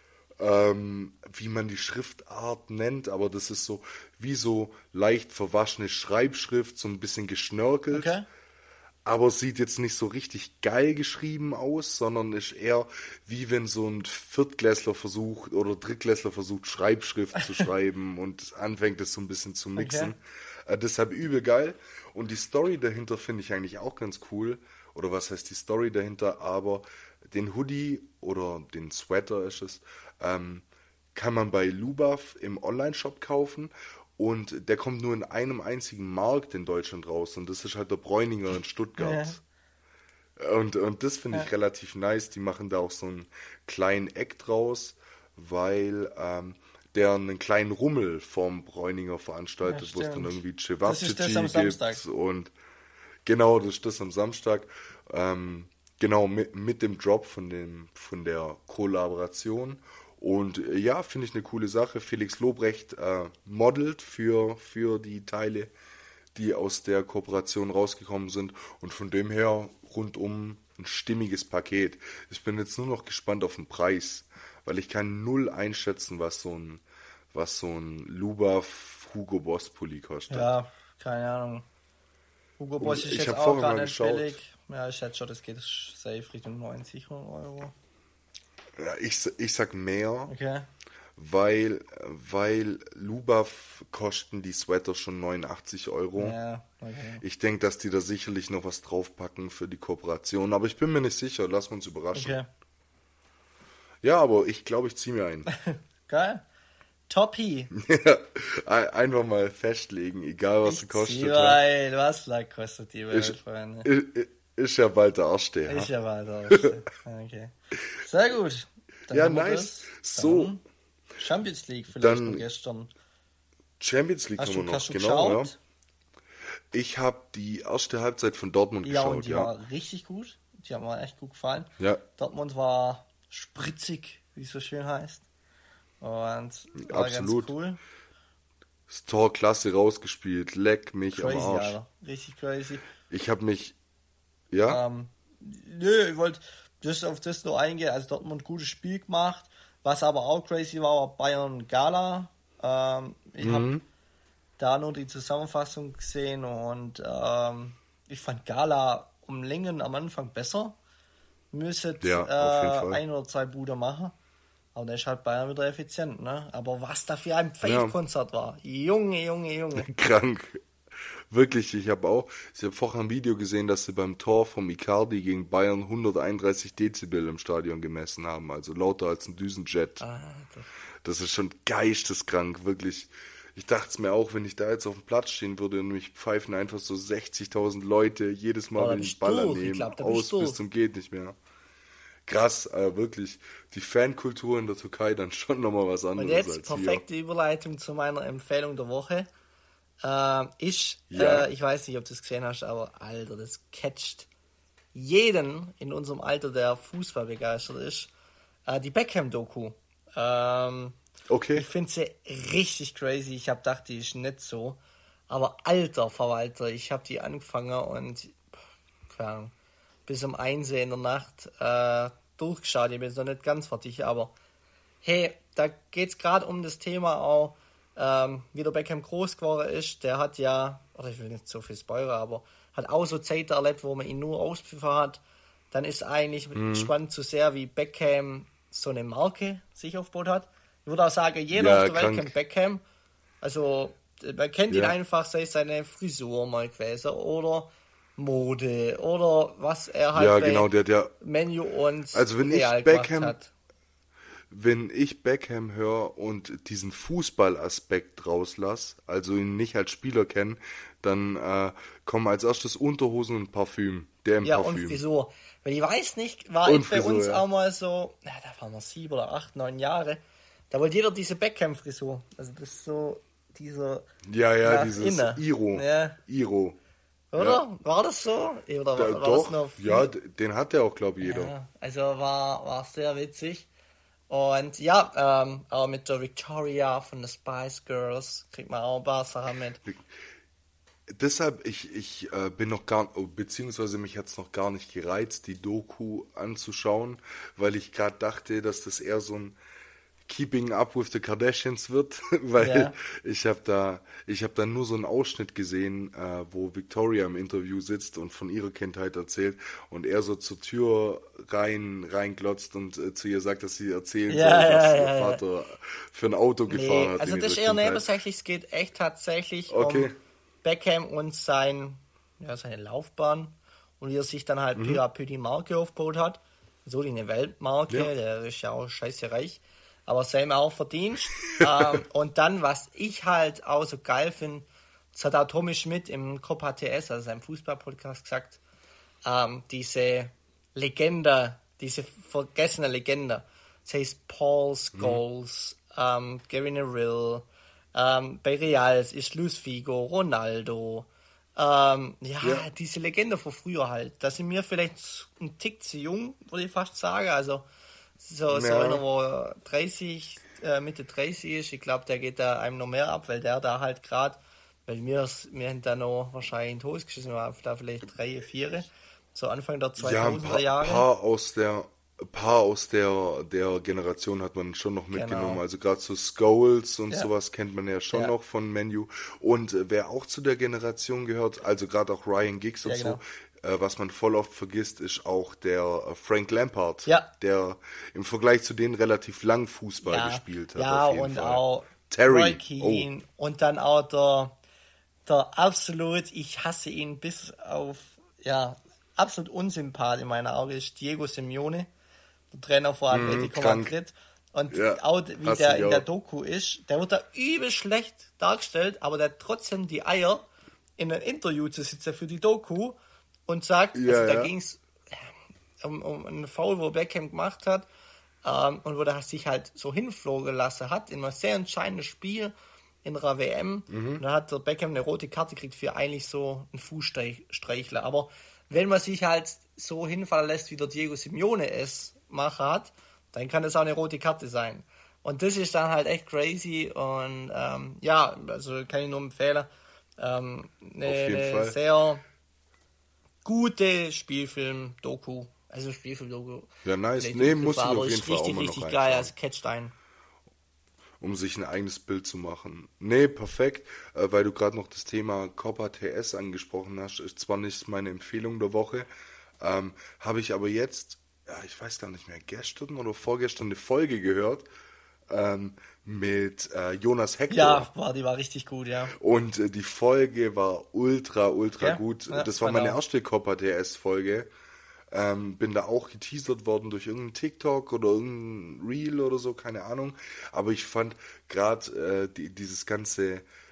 ähm, wie man die Schriftart nennt, aber das ist so wie so leicht verwaschene Schreibschrift, so ein bisschen geschnörkelt. Okay. Aber sieht jetzt nicht so richtig geil geschrieben aus, sondern ist eher wie wenn so ein Viertklässler versucht oder Drittklässler versucht, Schreibschrift zu schreiben und anfängt es so ein bisschen zu mixen. Äh, deshalb übel geil. Und die Story dahinter finde ich eigentlich auch ganz cool. Oder was heißt die Story dahinter? Aber den Hoodie oder den Sweater ist es, ähm, kann man bei Lubav im Online-Shop kaufen. Und der kommt nur in einem einzigen Markt in Deutschland raus. Und das ist halt der Bräuninger in Stuttgart. Und, und das finde ich Ja. relativ nice. Die machen da auch so einen kleinen Eck draus, weil ähm, der einen kleinen Rummel vom Bräuninger veranstaltet, Ja, wo es dann stimmt. irgendwie Das ist das am Cevapcici Samstag. gibt. Und genau, das ist das am Samstag. Ähm, genau, mit, mit dem Drop von, dem, von der Kollaboration. Und äh, ja, finde ich eine coole Sache. Felix Lobrecht äh, modelt für, für die Teile, die aus der Kooperation rausgekommen sind. Und von dem her rundum ein stimmiges Paket. Ich bin jetzt nur noch gespannt auf den Preis, weil ich kann null einschätzen, was so ein, was so ein Lubav Hugo Boss Pulli kostet. Ja, keine Ahnung. Hugo Boss ist ich jetzt hab auch vorher gar mal nicht geschaut. billig. Ja, ich schätze schon, das geht safe Richtung neunzig Euro. Ja, ich, ich sag mehr, Okay. weil, weil Lubav kosten die Sweater schon neunundachtzig Euro. Ja, okay. Ich denke, dass die da sicherlich noch was draufpacken für die Kooperation, aber ich bin mir nicht sicher, lass uns überraschen. Okay. Ja, aber ich glaube, ich ziehe mir ein. Geil. Toppi. Ein- Einfach mal festlegen, egal was sie kostet. Ja. Geil, was lag kostet die Welt, Ist, Freunde? ist, ist ja bald der erste. Ich Ja, ja weiter. Okay. Sehr gut. Dann Ja, haben wir nice. das. So. Dann Champions League vielleicht Dann von gestern. Champions League Hast haben du, wir noch, hast du genau. Ja. geschaut? Ich habe die erste Halbzeit von Dortmund Ja, und geschaut, die ja. war richtig gut. Die hat mir echt gut gefallen. Ja. Dortmund war spritzig, wie es so schön heißt. Und war Absolut. ganz cool. Das Tor klasse rausgespielt, leck mich Crazy, am Arsch. Alter. Richtig crazy. Ich habe mich, ja, Ähm, nö, ich wollte das auf das nur eingehen. Also Dortmund gutes Spiel gemacht. Was aber auch crazy war, war Bayern Gala. Ähm, ich Mhm. habe da nur die Zusammenfassung gesehen und ähm, ich fand Gala um Längen am Anfang besser. Müsste Ja, auf jeden äh, Fall. ein oder zwei Bude machen. Aber der ist halt Bayern wieder effizient, ne? Aber was da für ein Pfeifkonzert war. Junge, Junge, Junge. krank. Wirklich, ich habe auch, ich habe vorher ein Video gesehen, dass sie beim Tor vom Icardi gegen Bayern hunderteinunddreißig Dezibel im Stadion gemessen haben, also lauter als ein Düsenjet. Ah, Das ist schon geisteskrank, wirklich. Ich dachte es mir auch, wenn ich da jetzt auf dem Platz stehen würde und mich pfeifen einfach so sechzigtausend Leute jedes Mal, Boah, da wenn ich bist den Baller du durch, ich nehmen, glaub, da bist aus du bis zum geht nicht mehr. krass, äh, wirklich, die Fankultur in der Türkei dann schon nochmal was anderes Und jetzt als perfekte hier. Überleitung zu meiner Empfehlung der Woche. Äh, ich, Ja. äh, ich weiß nicht, ob du es gesehen hast, aber Alter, das catcht jeden in unserem Alter, der Fußball begeistert ist. Äh, die Beckham-Doku. Ähm, Okay. Ich finde sie richtig crazy. Ich habe gedacht, die ist nicht so. Aber alter Verwalter, ich habe die angefangen und keine Ahnung, bis um eins in der Nacht äh, durchgeschaut. Ich bin jetzt noch nicht ganz fertig, aber hey, da geht es gerade um das Thema auch, ähm, wie der Beckham groß geworden ist. Der hat ja, oder ich will nicht so viel spoilern, aber hat auch so Zeiten erlebt, wo man ihn nur auspfiffen hat. Dann ist eigentlich mhm. spannend zu sehen, wie Beckham so eine Marke sich aufgebaut hat. Ich würde auch sagen, jeder Ja, auf der Welt krank. kennt Beckham. Also, man kennt ihn Ja. einfach, sei es seine Frisur mal gewesen oder Mode oder was er halt Ja, bei genau, der hat ja, Menu und Also wenn ich Real gemacht Beckham- hat. wenn ich Beckham höre und diesen Fußballaspekt rauslasse, also ihn nicht als Spieler kenne, dann äh, kommen als erstes Unterhosen und Parfüm. Der im Ja, und Parfüm. Frisur. Weil ich weiß nicht, war Und ich bei Frisur, uns ja. auch mal so, na, da waren wir sieben oder acht, neun Jahre, da wollte jeder diese Beckham-Frisur. Also das ist so dieser, Ja, ja, nach dieses innen. Iro. Ja. Iro. oder? War das so? Oder war, Da, war das doch, noch viel? ja, d- den hat der auch, glaube ich, jeder. Ja, also war, war sehr witzig. Und ja, ähm, auch mit der Victoria von den Spice Girls kriegt man auch ein paar Sachen mit. Deshalb, ich, ich äh, bin noch gar, oh, beziehungsweise mich hat es noch gar nicht gereizt, die Doku anzuschauen, weil ich gerade dachte, dass das eher so ein Keeping Up with the Kardashians wird, weil Ja. ich habe da, ich habe da nur so einen Ausschnitt gesehen, äh, wo Victoria im Interview sitzt und von ihrer Kindheit erzählt und er so zur Tür rein reinglotzt und äh, zu ihr sagt, dass sie erzählen Ja, soll, ja, dass ja, ihr ja. Vater für ein Auto gefahren Nee, hat. also in das ist ihrer eher Kindheit. nebensächlich, es geht echt tatsächlich Okay. um Beckham und sein, ja, seine Laufbahn und wie er sich dann halt peu à peu die Marke aufgebaut hat. So die eine Weltmarke, Ja. der ist ja auch scheiße reich, aber Sam auch verdient. ähm, und dann, was ich halt auch so geil finde, das hat auch Tommy Schmidt im Copa T S, also seinem Fußball-Podcast, gesagt, ähm, diese Legende, diese vergessene Legende, das heißt Paul Scholes, ähm, Gary Neville, ähm, bei Real ist Luis Figo, Ronaldo, ähm, ja, Ja. diese Legende von früher halt. Da sind wir vielleicht ein Tick zu jung, würde ich fast sagen, also so, so Ja. einer, wo dreißig, äh, Mitte dreißig ist, ich glaube, der geht da einem noch mehr ab, weil der da halt gerade, weil wir, wir haben da noch wahrscheinlich in die Hose geschissen, wir waren da vielleicht drei, vier, so Anfang der Ja, ein zweitausender paar, Jahre. paar aus der paar aus der der Generation hat man schon noch mitgenommen. Genau. Also gerade so Scholes und Ja. sowas kennt man ja schon Ja. noch von Menu. Und äh, wer auch zu der Generation gehört, also gerade auch Ryan Giggs und Ja, genau. so, äh, was man voll oft vergisst, ist auch der äh, Frank Lampard, Ja. der im Vergleich zu denen relativ lang Fußball ja, gespielt hat. ja auf jeden und Fall. auch Terry. Roy Keane und dann auch der, der absolut, ich hasse ihn bis auf, ja, absolut unsympath in meiner Augen ist Diego Simeone, der Trainer von Atletico krank. Madrid. Und Ja, auch wie hasse der ich in auch. der Doku ist, der wird da übel schlecht dargestellt, aber der hat trotzdem die Eier, in einem Interview zu sitzen für die Doku und sagt, Ja, also da ja. ging es um, um einen Foul, wo Beckham gemacht hat, ähm, und wo der sich halt so hinflogen lassen hat, in einem sehr entscheidenden Spiel in einer W M. Mhm. Und dann hat der Beckham eine rote Karte gekriegt für eigentlich so einen Fußstreichler. Aber wenn man sich halt so hinfallen lässt, wie der Diego Simeone es machen hat, dann kann das auch eine rote Karte sein. Und das ist dann halt echt crazy und ähm, ja, also kann ich nur empfehlen. Ähm, eine, Auf jeden eine Fall. sehr gute Spielfilm-Doku. Also Spielfilm-Doku. Ja, nice. Vielleicht Nee, ein muss ich aber auf jeden ist Fall auch richtig, mal noch richtig reinschauen. geil, also catcht ein. Um sich ein eigenes Bild zu machen. Nee, perfekt, äh, weil du gerade noch das Thema Copa T S angesprochen hast, ist zwar nicht meine Empfehlung der Woche, ähm, habe ich aber jetzt, ja, ich weiß gar nicht mehr, gestern oder vorgestern eine Folge gehört ähm, mit äh, Jonas Hector. Ja, war, die war richtig gut, ja. Und äh, die Folge war ultra, ultra Ja? gut. Ja, das war genau. meine erste Copa T S-Folge. Ähm, bin da auch geteasert worden durch irgendeinen TikTok oder irgendein Reel oder so, keine Ahnung. Aber ich fand gerade äh, die, dieses ganze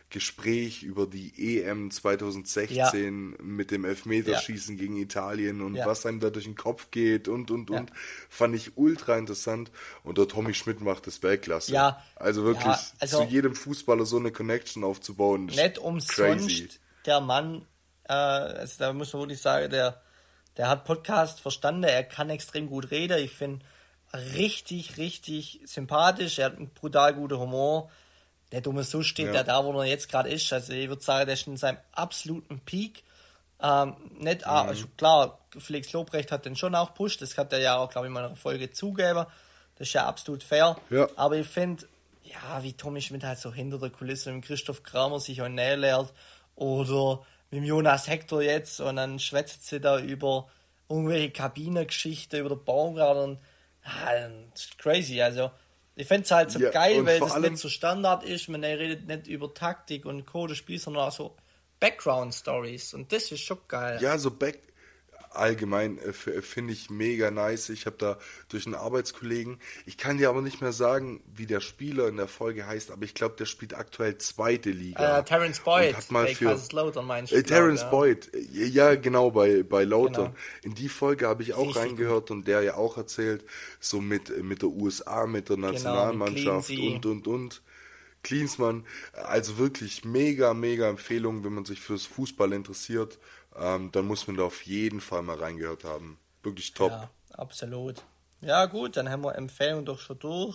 Gespräch über die E M zwanzig sechzehn ja. mit dem Elfmeterschießen ja. gegen Italien und ja. was einem da durch den Kopf geht und, und, und, ja. fand ich ultra interessant. Und der Tommy Schmidt macht das Weltklasse. Ja. Also wirklich ja, also zu jedem Fußballer so eine Connection aufzubauen. Nicht umsonst crazy. Der Mann, äh, also da muss man wirklich sagen, der, der hat Podcast verstanden, er kann extrem gut reden. Ich finde richtig, richtig sympathisch, er hat einen brutal guten Humor. Der Dumme so steht ja. der da, wo er jetzt gerade ist. Also ich würde sagen, der ist in seinem absoluten Peak. Ähm, nicht, mhm. also klar, Felix Lobrecht hat den schon auch pusht. Das hat er ja auch, glaube ich, in meiner Folge zugegeben. Das ist ja absolut fair. Ja. Aber ich finde, ja, wie Tommy Schmidt halt so hinter der Kulisse mit Christoph Kramer sich auch näher lernt. Oder mit Jonas Hector jetzt. Und dann schwätzt sie da über irgendwelche Kabinengeschichten, über den Baumgarten. Ah, das ist crazy, also... Ich finde es halt so ja, geil, weil das nicht so Standard ist. Man redet nicht über Taktik und Codespiel, sondern auch so Background-Stories. Und das ist schon geil. Ja, so Back... Allgemein äh, finde ich mega nice. Ich habe da durch einen Arbeitskollegen, ich kann dir aber nicht mehr sagen, wie der Spieler in der Folge heißt, aber ich glaube, der spielt aktuell zweite Liga. Äh, Terence Boyd, hat mal bei für Kaiserslautern meinst du? Äh, Terence ja. Boyd, ja genau, bei, bei Lautern. Genau. In die Folge habe ich auch Richtig reingehört und der ja auch erzählt, so mit, mit der U S A, mit der Nationalmannschaft genau, und, und, und. Klinsmann, also wirklich mega, mega Empfehlung, wenn man sich fürs Fußball interessiert. Ähm, dann muss man da auf jeden Fall mal reingehört haben. Wirklich top. Ja, absolut. Ja gut, dann haben wir Empfehlung doch schon durch.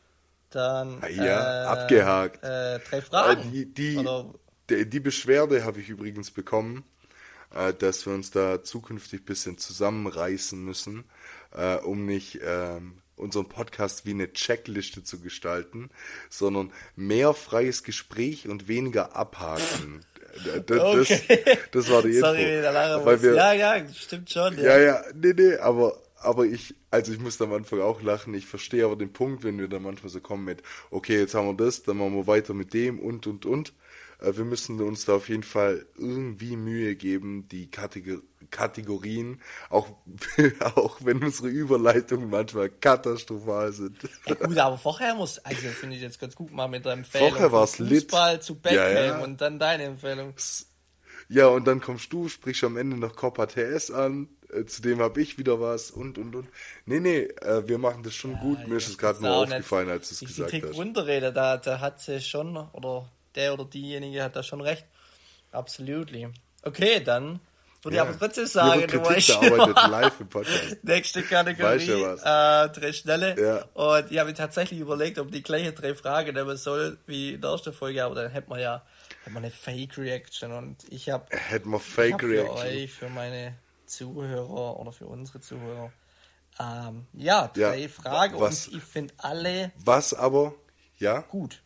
Dann ja, äh, abgehakt. Äh, drei Fragen. Äh, die, die, die, die Beschwerde habe ich übrigens bekommen, äh, dass wir uns da zukünftig ein bisschen zusammenreißen müssen, äh, um nicht äh, unseren Podcast wie eine Checkliste zu gestalten, sondern mehr freies Gespräch und weniger abhaken. Das, okay. das, das war die Info. Sorry, der lange weil wir, ja, ja, stimmt schon. Ja, ja, ja nee, nee, aber, aber ich, also ich musste am Anfang auch lachen. Ich verstehe aber den Punkt, wenn wir da manchmal so kommen mit, okay, jetzt haben wir das, dann machen wir weiter mit dem und, und, und. Wir müssen uns da auf jeden Fall irgendwie Mühe geben, die Kategor- Kategorien, auch, auch wenn unsere Überleitungen manchmal katastrophal sind. Ja, gut, aber vorher muss, also finde ich jetzt ganz gut mal mit der Empfehlung. Vorher war es lit. Fußball zu Beckham ja, ja. und dann deine Empfehlung. Ja, und dann kommst du, sprichst am Ende noch Copa T S an, äh, zudem habe ich wieder was und, und, und. Nee, nee, äh, wir machen das schon ja, gut. Mir ist es gerade nur aufgefallen, als du es gesagt hast. Die Runterrede, da, da hat sie schon, oder der oder diejenige hat da schon recht. Absolutely. Okay, dann würde ja. ich aber trotzdem sagen, du weißt live im Podcast. Nächste Kategorie, äh, drei schnelle. Ja. Und ich habe mir tatsächlich überlegt, ob die gleiche drei Fragen nehmen soll wie in der ersten Folge, aber dann hätten wir ja hätten wir eine Fake Reaction und ich habe hätten wir Fake für Reaction euch, für meine Zuhörer oder für unsere Zuhörer ähm, ja, drei ja. Fragen was, und ich finde alle was aber, ja? Gut.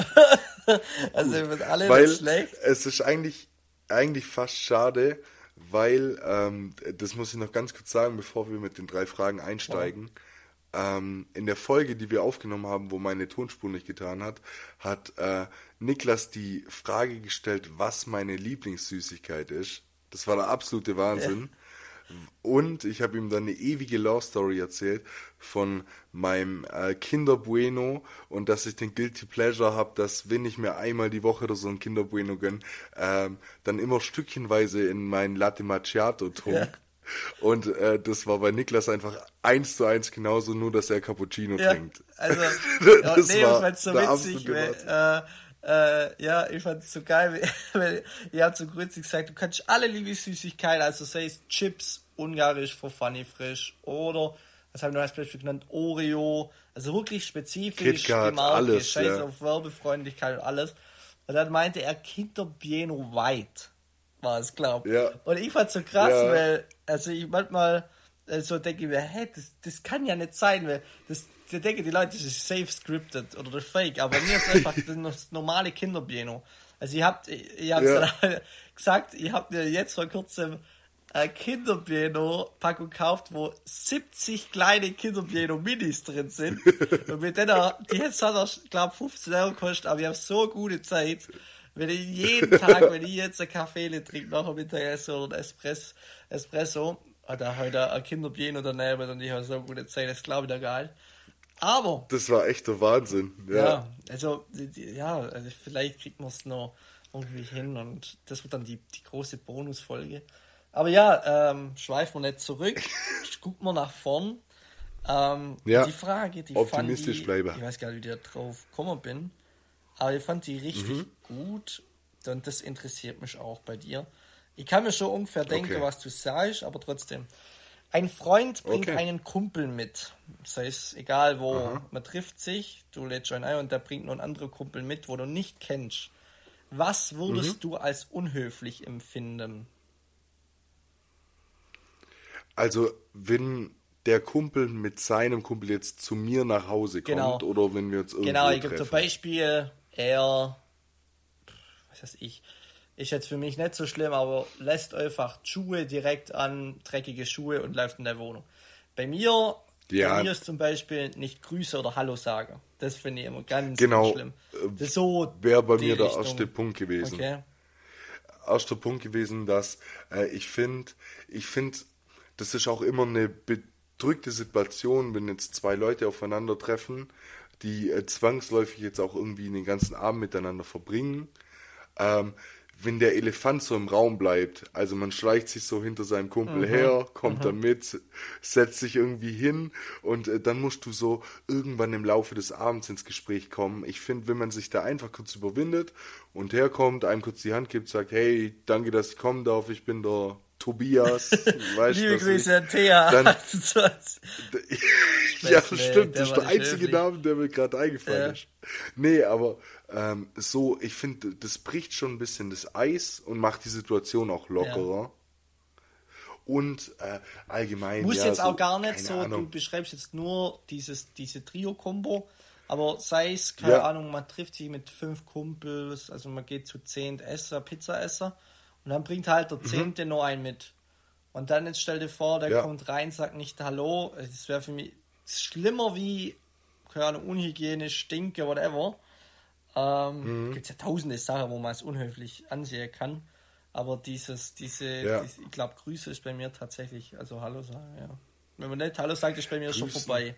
Also ich finde alle weil nicht schlecht. Es ist eigentlich, eigentlich fast schade, weil, ähm, das muss ich noch ganz kurz sagen, bevor wir mit den drei Fragen einsteigen. Ja. Ähm, in der Folge, die wir aufgenommen haben, wo meine Tonspur nicht getan hat, hat äh, Niklas die Frage gestellt, was meine Lieblingssüßigkeit ist. Das war der absolute Wahnsinn. Ja. Und ich habe ihm dann eine ewige Love Story erzählt von meinem äh, Kinder Bueno und dass ich den Guilty Pleasure habe, dass wenn ich mir einmal die Woche oder so ein Kinder Bueno gönne, ähm, dann immer stückchenweise in meinen Latte Macchiato trunk. Ja. Und äh, das war bei Niklas einfach eins zu eins genauso, nur dass er Cappuccino ja, trinkt. Also, das nee, war das so witzig, weil, äh, äh, ja, ich fand es so geil, weil ihr habt so gründlich gesagt, du kannst alle Lieblingssüßigkeiten, also sei es Chips, ungarisch für Funny Frisch oder, was haben wir noch als Beispiel genannt, Oreo, also wirklich spezifisch KitKat, alles, Scheiß ja. auf Werbefreundlichkeit und alles. Und dann meinte er Kinder Bueno White, war es, glaub. Ja. Und ich fand's so krass, ja. weil, also ich manchmal äh, so denke ich mir, hä, das, das kann ja nicht sein, weil das, ich denke, die Leute, das ist safe scripted oder das Fake, aber mir ist einfach das normale Kinderbieno. Also ihr habt, ihr habt ja. gesagt, ihr habt mir jetzt vor kurzem ein Kinderbieno-Packung gekauft, wo siebzig kleine Kinderbieno-Minis drin sind. Und mit denen, die jetzt hat er, glaube fünfzehn Euro gekostet, aber ich habe so gute Zeit. Wenn ich jeden Tag, wenn ich jetzt einen Kaffee trinke, nachher Mittagessen oder ein Espresso, Espresso, oder heute ein Kinderbieno daneben und ich habe so eine gute Zeit, das glaube ich da geil. Aber... Das war echt der Wahnsinn. Ja, ja also, ja, also vielleicht kriegt man es noch irgendwie hin und das wird dann die, die große Bonusfolge. Aber ja, ähm, schweifen wir nicht zurück, gucken wir nach vorn. Ähm, ja, die Frage, die optimistisch fand ich, bleiben. ich weiß gar nicht, wie ich da drauf gekommen bin, aber ich fand die richtig Mhm. gut und das interessiert mich auch bei dir. Ich kann mir schon ungefähr denken, Okay. was du sagst, aber trotzdem. Ein Freund bringt Okay. einen Kumpel mit. Das heißt, egal wo, Aha. man trifft sich, du lädst einen ein und der bringt noch einen anderen Kumpel mit, wo du nicht kennst. Was würdest Mhm. du als unhöflich empfinden? Also, wenn der Kumpel mit seinem Kumpel jetzt zu mir nach Hause kommt Genau. oder wenn wir uns irgendwo Genau, ich treffen. gebe zum Beispiel, er, was weiß ich, ist jetzt für mich nicht so schlimm, aber lässt einfach die Schuhe direkt an, dreckige Schuhe und läuft in der Wohnung. Bei mir, Ja. bei mir ist zum Beispiel nicht Grüße oder Hallo sagen. Das finde ich immer ganz, Genau. ganz schlimm. Das ist so Wäre bei die mir der Richtung. erste Punkt gewesen. Okay. Erster Punkt gewesen, dass äh, ich finde, ich finde, das ist auch immer eine bedrückte Situation, wenn jetzt zwei Leute aufeinandertreffen, die äh, zwangsläufig jetzt auch irgendwie den ganzen Abend miteinander verbringen. Ähm, wenn der Elefant so im Raum bleibt, also man schleicht sich so hinter seinem Kumpel her, kommt da mit, setzt sich irgendwie hin und äh, dann musst du so irgendwann im Laufe des Abends ins Gespräch kommen. Ich finde, wenn man sich da einfach kurz überwindet und herkommt, einem kurz die Hand gibt, sagt, hey, danke, dass ich kommen darf, ich bin der Tobias. Weißt, Liebe dass Grüße ich- an Thea. Dann- Das- ja, Nee, stimmt, der das ist war der nicht einzige höflich. Name, der mir gerade eingefallen Ja. ist. Nee, aber ähm, so, ich finde, das bricht schon ein bisschen das Eis und macht die Situation auch lockerer. Und äh, allgemein, Muss ja, jetzt so, auch gar nicht keine so, du Ahnung. beschreibst jetzt nur dieses, diese Trio-Kombo, aber sei es, keine Ja. Ahnung, man trifft sich mit fünf Kumpels, also man geht zu zehn Esser, Pizzaesser und dann bringt halt Mhm. der Zehnte noch einen mit. Und dann jetzt stell dir vor, der Ja. kommt rein, sagt nicht Hallo, das wäre für mich schlimmer wie, keine Ahnung, unhygienisch, stinke, whatever. Ähm, Mhm. Gibt ja tausende Sachen, wo man es unhöflich ansehen kann. Aber dieses, diese, Ja. diese ich glaube, Grüße ist bei mir tatsächlich, also Hallo sagen, ja. Wenn man nicht Hallo sagt, ist bei mir schon Grüßen. vorbei.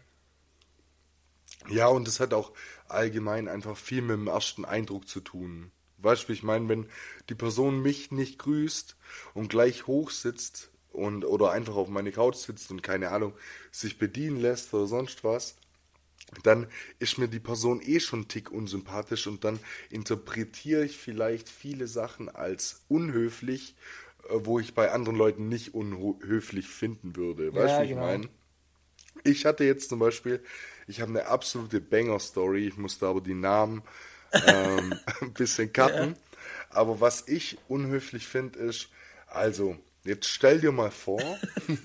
Ja, und das hat auch allgemein einfach viel mit dem ersten Eindruck zu tun. Weißt du, wie ich meine, wenn die Person mich nicht grüßt und gleich hoch sitzt und oder einfach auf meine Couch sitzt und keine Ahnung, sich bedienen lässt oder sonst was, dann ist mir die Person eh schon einen Tick unsympathisch und dann interpretiere ich vielleicht viele Sachen als unhöflich, äh, wo ich bei anderen Leuten nicht unhöflich finden würde. Weißt du, Ja, wie ich genau. meine? Ich hatte jetzt zum Beispiel, ich habe eine absolute Banger-Story, ich musste aber die Namen ähm, ein bisschen cutten. Aber was ich unhöflich finde, ist, also, jetzt stell dir mal vor,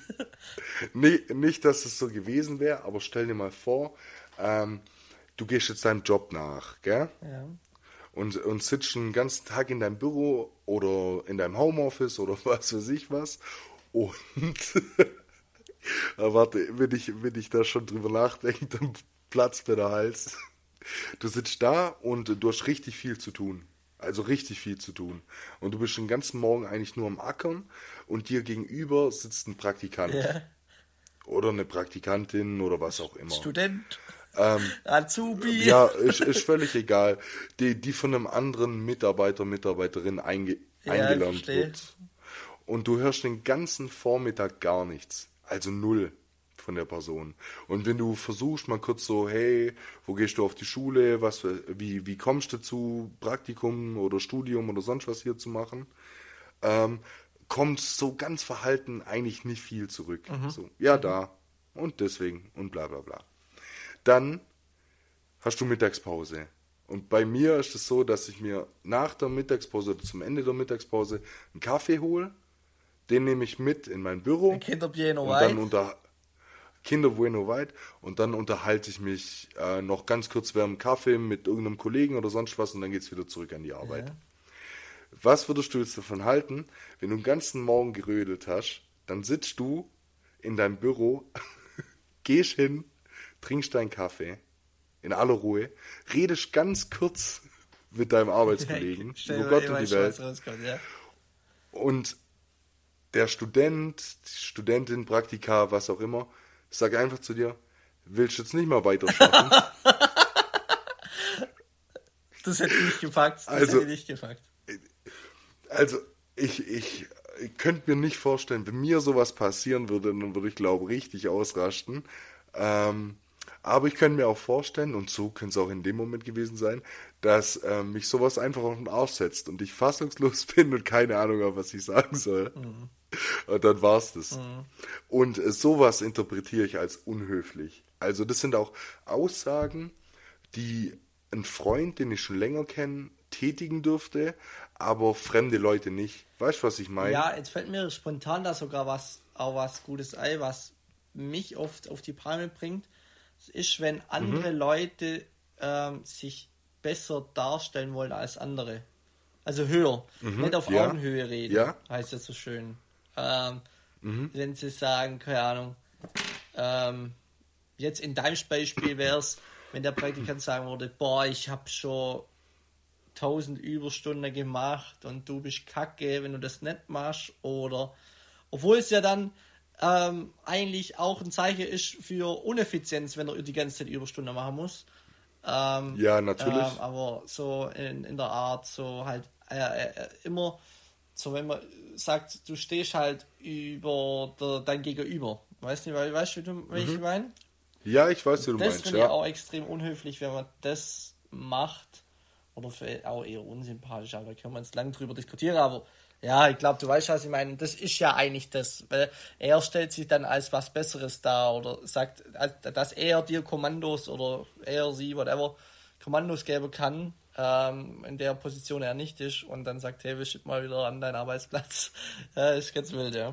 nicht, nicht, dass es so gewesen wäre, aber stell dir mal vor, ähm, du gehst jetzt deinem Job nach, gell? Ja. Und, und sitzt den ganzen Tag in deinem Büro oder in deinem Homeoffice oder was weiß ich was. Und Ah, warte, wenn ich, wenn ich da schon drüber nachdenke, dann platzt mir der Hals. Du sitzt da und du hast richtig viel zu tun. Also richtig viel zu tun. Und du bist den ganzen Morgen eigentlich nur am Ackern und dir gegenüber sitzt ein Praktikant. Ja. Oder eine Praktikantin oder was auch immer. Student, Ähm, Azubi. ja, ist, ist völlig egal. Die, die von einem anderen Mitarbeiter, Mitarbeiterin einge, Ja, eingelernt verstehe. wird. Und du hörst den ganzen Vormittag gar nichts. Also null von der Person. Und wenn du versuchst mal kurz so, hey, wo gehst du auf die Schule, was, wie, wie kommst du dazu, Praktikum oder Studium oder sonst was hier zu machen, ähm, kommt so ganz verhalten eigentlich nicht viel zurück. So, ja, da und deswegen und bla bla bla. Dann hast du Mittagspause. Und bei mir ist es so, dass ich mir nach der Mittagspause oder zum Ende der Mittagspause einen Kaffee hole. Den nehme ich mit in mein Büro. Kinder Piano und dann White. unter Kinder Bueno White. Und dann unterhalte ich mich äh, noch ganz kurz während dem Kaffee mit irgendeinem Kollegen oder sonst was und dann geht es wieder zurück an die Arbeit. Ja. Was würdest du jetzt davon halten, wenn du den ganzen Morgen gerödelt hast, dann sitzt du in deinem Büro, gehst hin, trinkst deinen Kaffee in aller Ruhe, redest ganz kurz mit deinem Arbeitskollegen Stell über dir Gott mal und die vor, Welt was rauskommt, ja. und der Student, die Studentin, Praktika, was auch immer, sagt einfach zu dir, willst du jetzt nicht mal weiter schaffen? Das hätte ich nicht gepackt. Das Also- hätte ich nicht gepackt. Also, ich, ich, ich könnte mir nicht vorstellen, wenn mir sowas passieren würde, dann würde ich, glaube ich, richtig ausrasten. Ähm, aber ich könnte mir auch vorstellen, und so könnte es auch in dem Moment gewesen sein, dass ähm, mich sowas einfach auf den Arsch setzt und ich fassungslos bin und keine Ahnung habe, was ich sagen soll. Mhm. Und dann war's das. Mhm. Und äh, sowas interpretiere ich als unhöflich. Also das sind auch Aussagen, die ein Freund, den ich schon länger kenne, tätigen dürfte, aber fremde Leute nicht. Weißt du, was ich meine? Ja, jetzt fällt mir spontan da sogar was, auch was Gutes ein, was mich oft auf die Palme bringt. Es ist, wenn andere mhm. Leute ähm, sich besser darstellen wollen als andere. Also höher. Mhm. Nicht auf ja. Augenhöhe reden, ja. heißt das so schön. Ähm, mhm. Wenn sie sagen, keine Ahnung, ähm, jetzt in deinem Beispiel wäre es, wenn der Praktikant sagen würde, boah, ich habe schon tausend Überstunden gemacht und du bist kacke, wenn du das nicht machst, oder obwohl es ja dann ähm, eigentlich auch ein Zeichen ist für Uneffizienz, wenn er die ganze Zeit Überstunden machen muss. Ähm, ja, natürlich. Ähm, aber so in, in der Art, so halt äh, äh, immer, so wenn man sagt, du stehst halt über der, dein Gegenüber. Weißt du, weißt du, wie du, wie mhm. ich meine? Ja, ich weiß, wie du das meinst. Das finde ich ja. auch extrem unhöflich, wenn man das macht. Oder auch eher unsympathisch, aber da können wir jetzt lang drüber diskutieren. Aber ja, ich glaube, du weißt, was ich meine. Das ist ja eigentlich das. Weil er stellt sich dann als was Besseres dar oder sagt, dass er dir Kommandos oder er, sie, whatever, Kommandos geben kann, ähm, in der Position er nicht ist. Und dann sagt, hey, wir schicken mal wieder an deinen Arbeitsplatz. Ja, ist ganz wild, ja.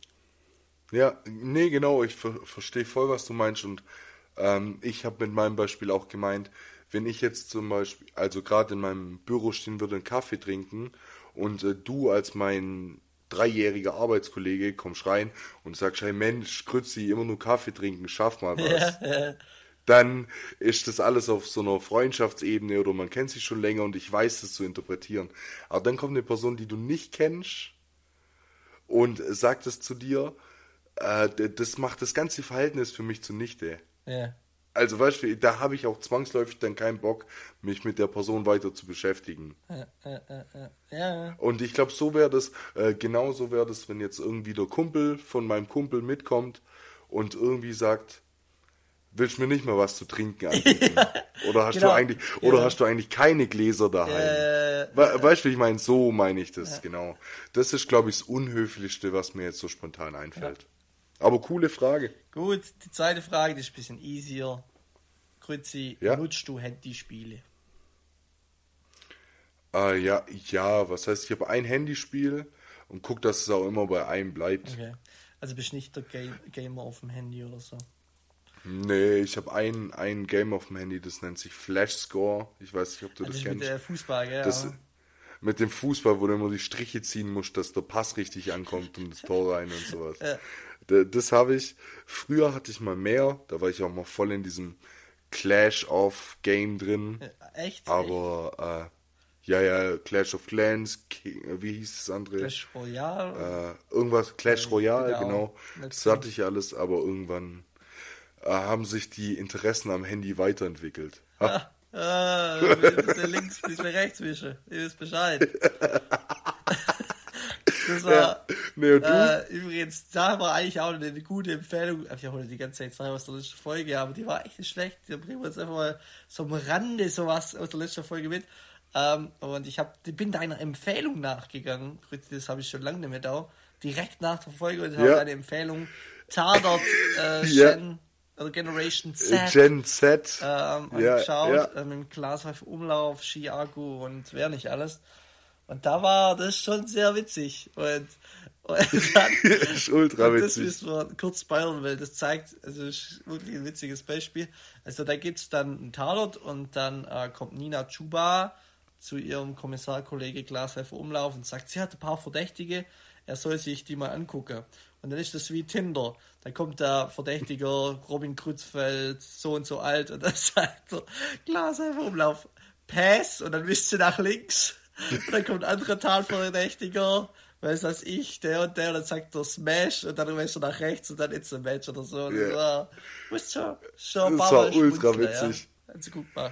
Ja, nee, genau, ich ver- verstehe voll, was du meinst. Und ähm, ich habe mit meinem Beispiel auch gemeint, wenn ich jetzt zum Beispiel, also gerade in meinem Büro stehen würde, einen Kaffee trinken und äh, du als mein dreijähriger Arbeitskollege kommst rein und sagst, hey Mensch, Grützi, immer nur Kaffee trinken, schaff mal was. Ja, ja. Dann ist das alles auf so einer Freundschaftsebene oder man kennt sich schon länger und ich weiß das zu interpretieren. Aber dann kommt eine Person, die du nicht kennst und sagt es zu dir, äh, das macht das ganze Verhältnis für mich zunichte. Ja. Also weißt du, da habe ich auch zwangsläufig dann keinen Bock, mich mit der Person weiter zu beschäftigen. Ja, ja, ja, ja. Und ich glaube, so wäre das, äh, genau so wäre das, wenn jetzt irgendwie der Kumpel von meinem Kumpel mitkommt und irgendwie sagt, willst du mir nicht mal was zu trinken anbieten? Ja, oder hast genau, du eigentlich, oder ja. hast du eigentlich keine Gläser daheim? Äh, We- weißt du, wie ich meine? So meine ich das, ja. genau. Das ist, glaube ich, das Unhöflichste, was mir jetzt so spontan einfällt. Ja. Aber coole Frage. Gut, die zweite Frage, die ist ein bisschen easier. Grüezi, ja? Nutzt du Handyspiele? Äh, ja, ja, was heißt, ich habe ein Handyspiel und gucke, dass es auch immer bei einem bleibt. Okay. Also bist du nicht der Game- Gamer auf dem Handy oder so? Nee, ich habe ein, ein Game auf dem Handy, das nennt sich Flash Score. Ich weiß nicht, ob du also das kennst. Mit der Fußball, gell? Das, mit dem Fußball, wo du immer die Striche ziehen musst, dass der Pass richtig ankommt und das Tor rein und sowas. Ja. Das, das habe ich. Früher hatte ich mal mehr, da war ich auch mal voll in diesem Clash of Game drin. Echt? Aber äh, ja, ja, Clash of Clans, wie hieß das andere? Clash Royale? Äh, irgendwas, Clash Royale, genau. genau. Das hatte ich alles, aber irgendwann äh, haben sich die Interessen am Handy weiterentwickelt. Ah, ah, du bist ja links, du bist mir rechts, Wische. Ihr wisst Bescheid. Das war, ja. Nee, und du? Äh, übrigens, da war eigentlich auch eine, eine gute Empfehlung. Ich habe die ganze Zeit Sachen aus der letzten Folge, aber die war echt nicht schlecht. Da bringen wir jetzt einfach mal so am Rande sowas aus der letzten Folge mit. Ähm, und ich hab, bin deiner Empfehlung nachgegangen. Das habe ich schon lange nicht mehr da. Direkt nach der Folge und ich ja. habe eine Empfehlung. Tatort, äh, Gen, ja. oder Generation Z. Gen Z. Ähm, ja, geschaut, ja. äh, mit dem Glasreif Umlauf, Chiago und wer nicht alles. Und da war das schon sehr witzig. Und, und dann, ist ultra witzig. Das müssen wir kurz spoilern, weil das zeigt, also das ist wirklich ein witziges Beispiel. Also da gibt es dann einen Tatort und dann äh, kommt Nina Chuba zu ihrem Kommissarkollege Glashäufer Umlauf und sagt, sie hat ein paar Verdächtige, er soll sich die mal angucken. Und dann ist das wie Tinder. Da kommt der Verdächtige Robin Kreutzfeld, so und so alt, und dann sagt der Glashäufer Umlauf, Pass, und dann wisst ihr nach links. Und dann kommt ein anderer Tatverdächtiger, weiß was ich, der und der, und dann sagt der Smash, und dann weißt du nach rechts und dann ist ein Match oder so. Und yeah. das war, schon, schon ein paar das war ultra witzig. Ja. Hat sie gut gemacht.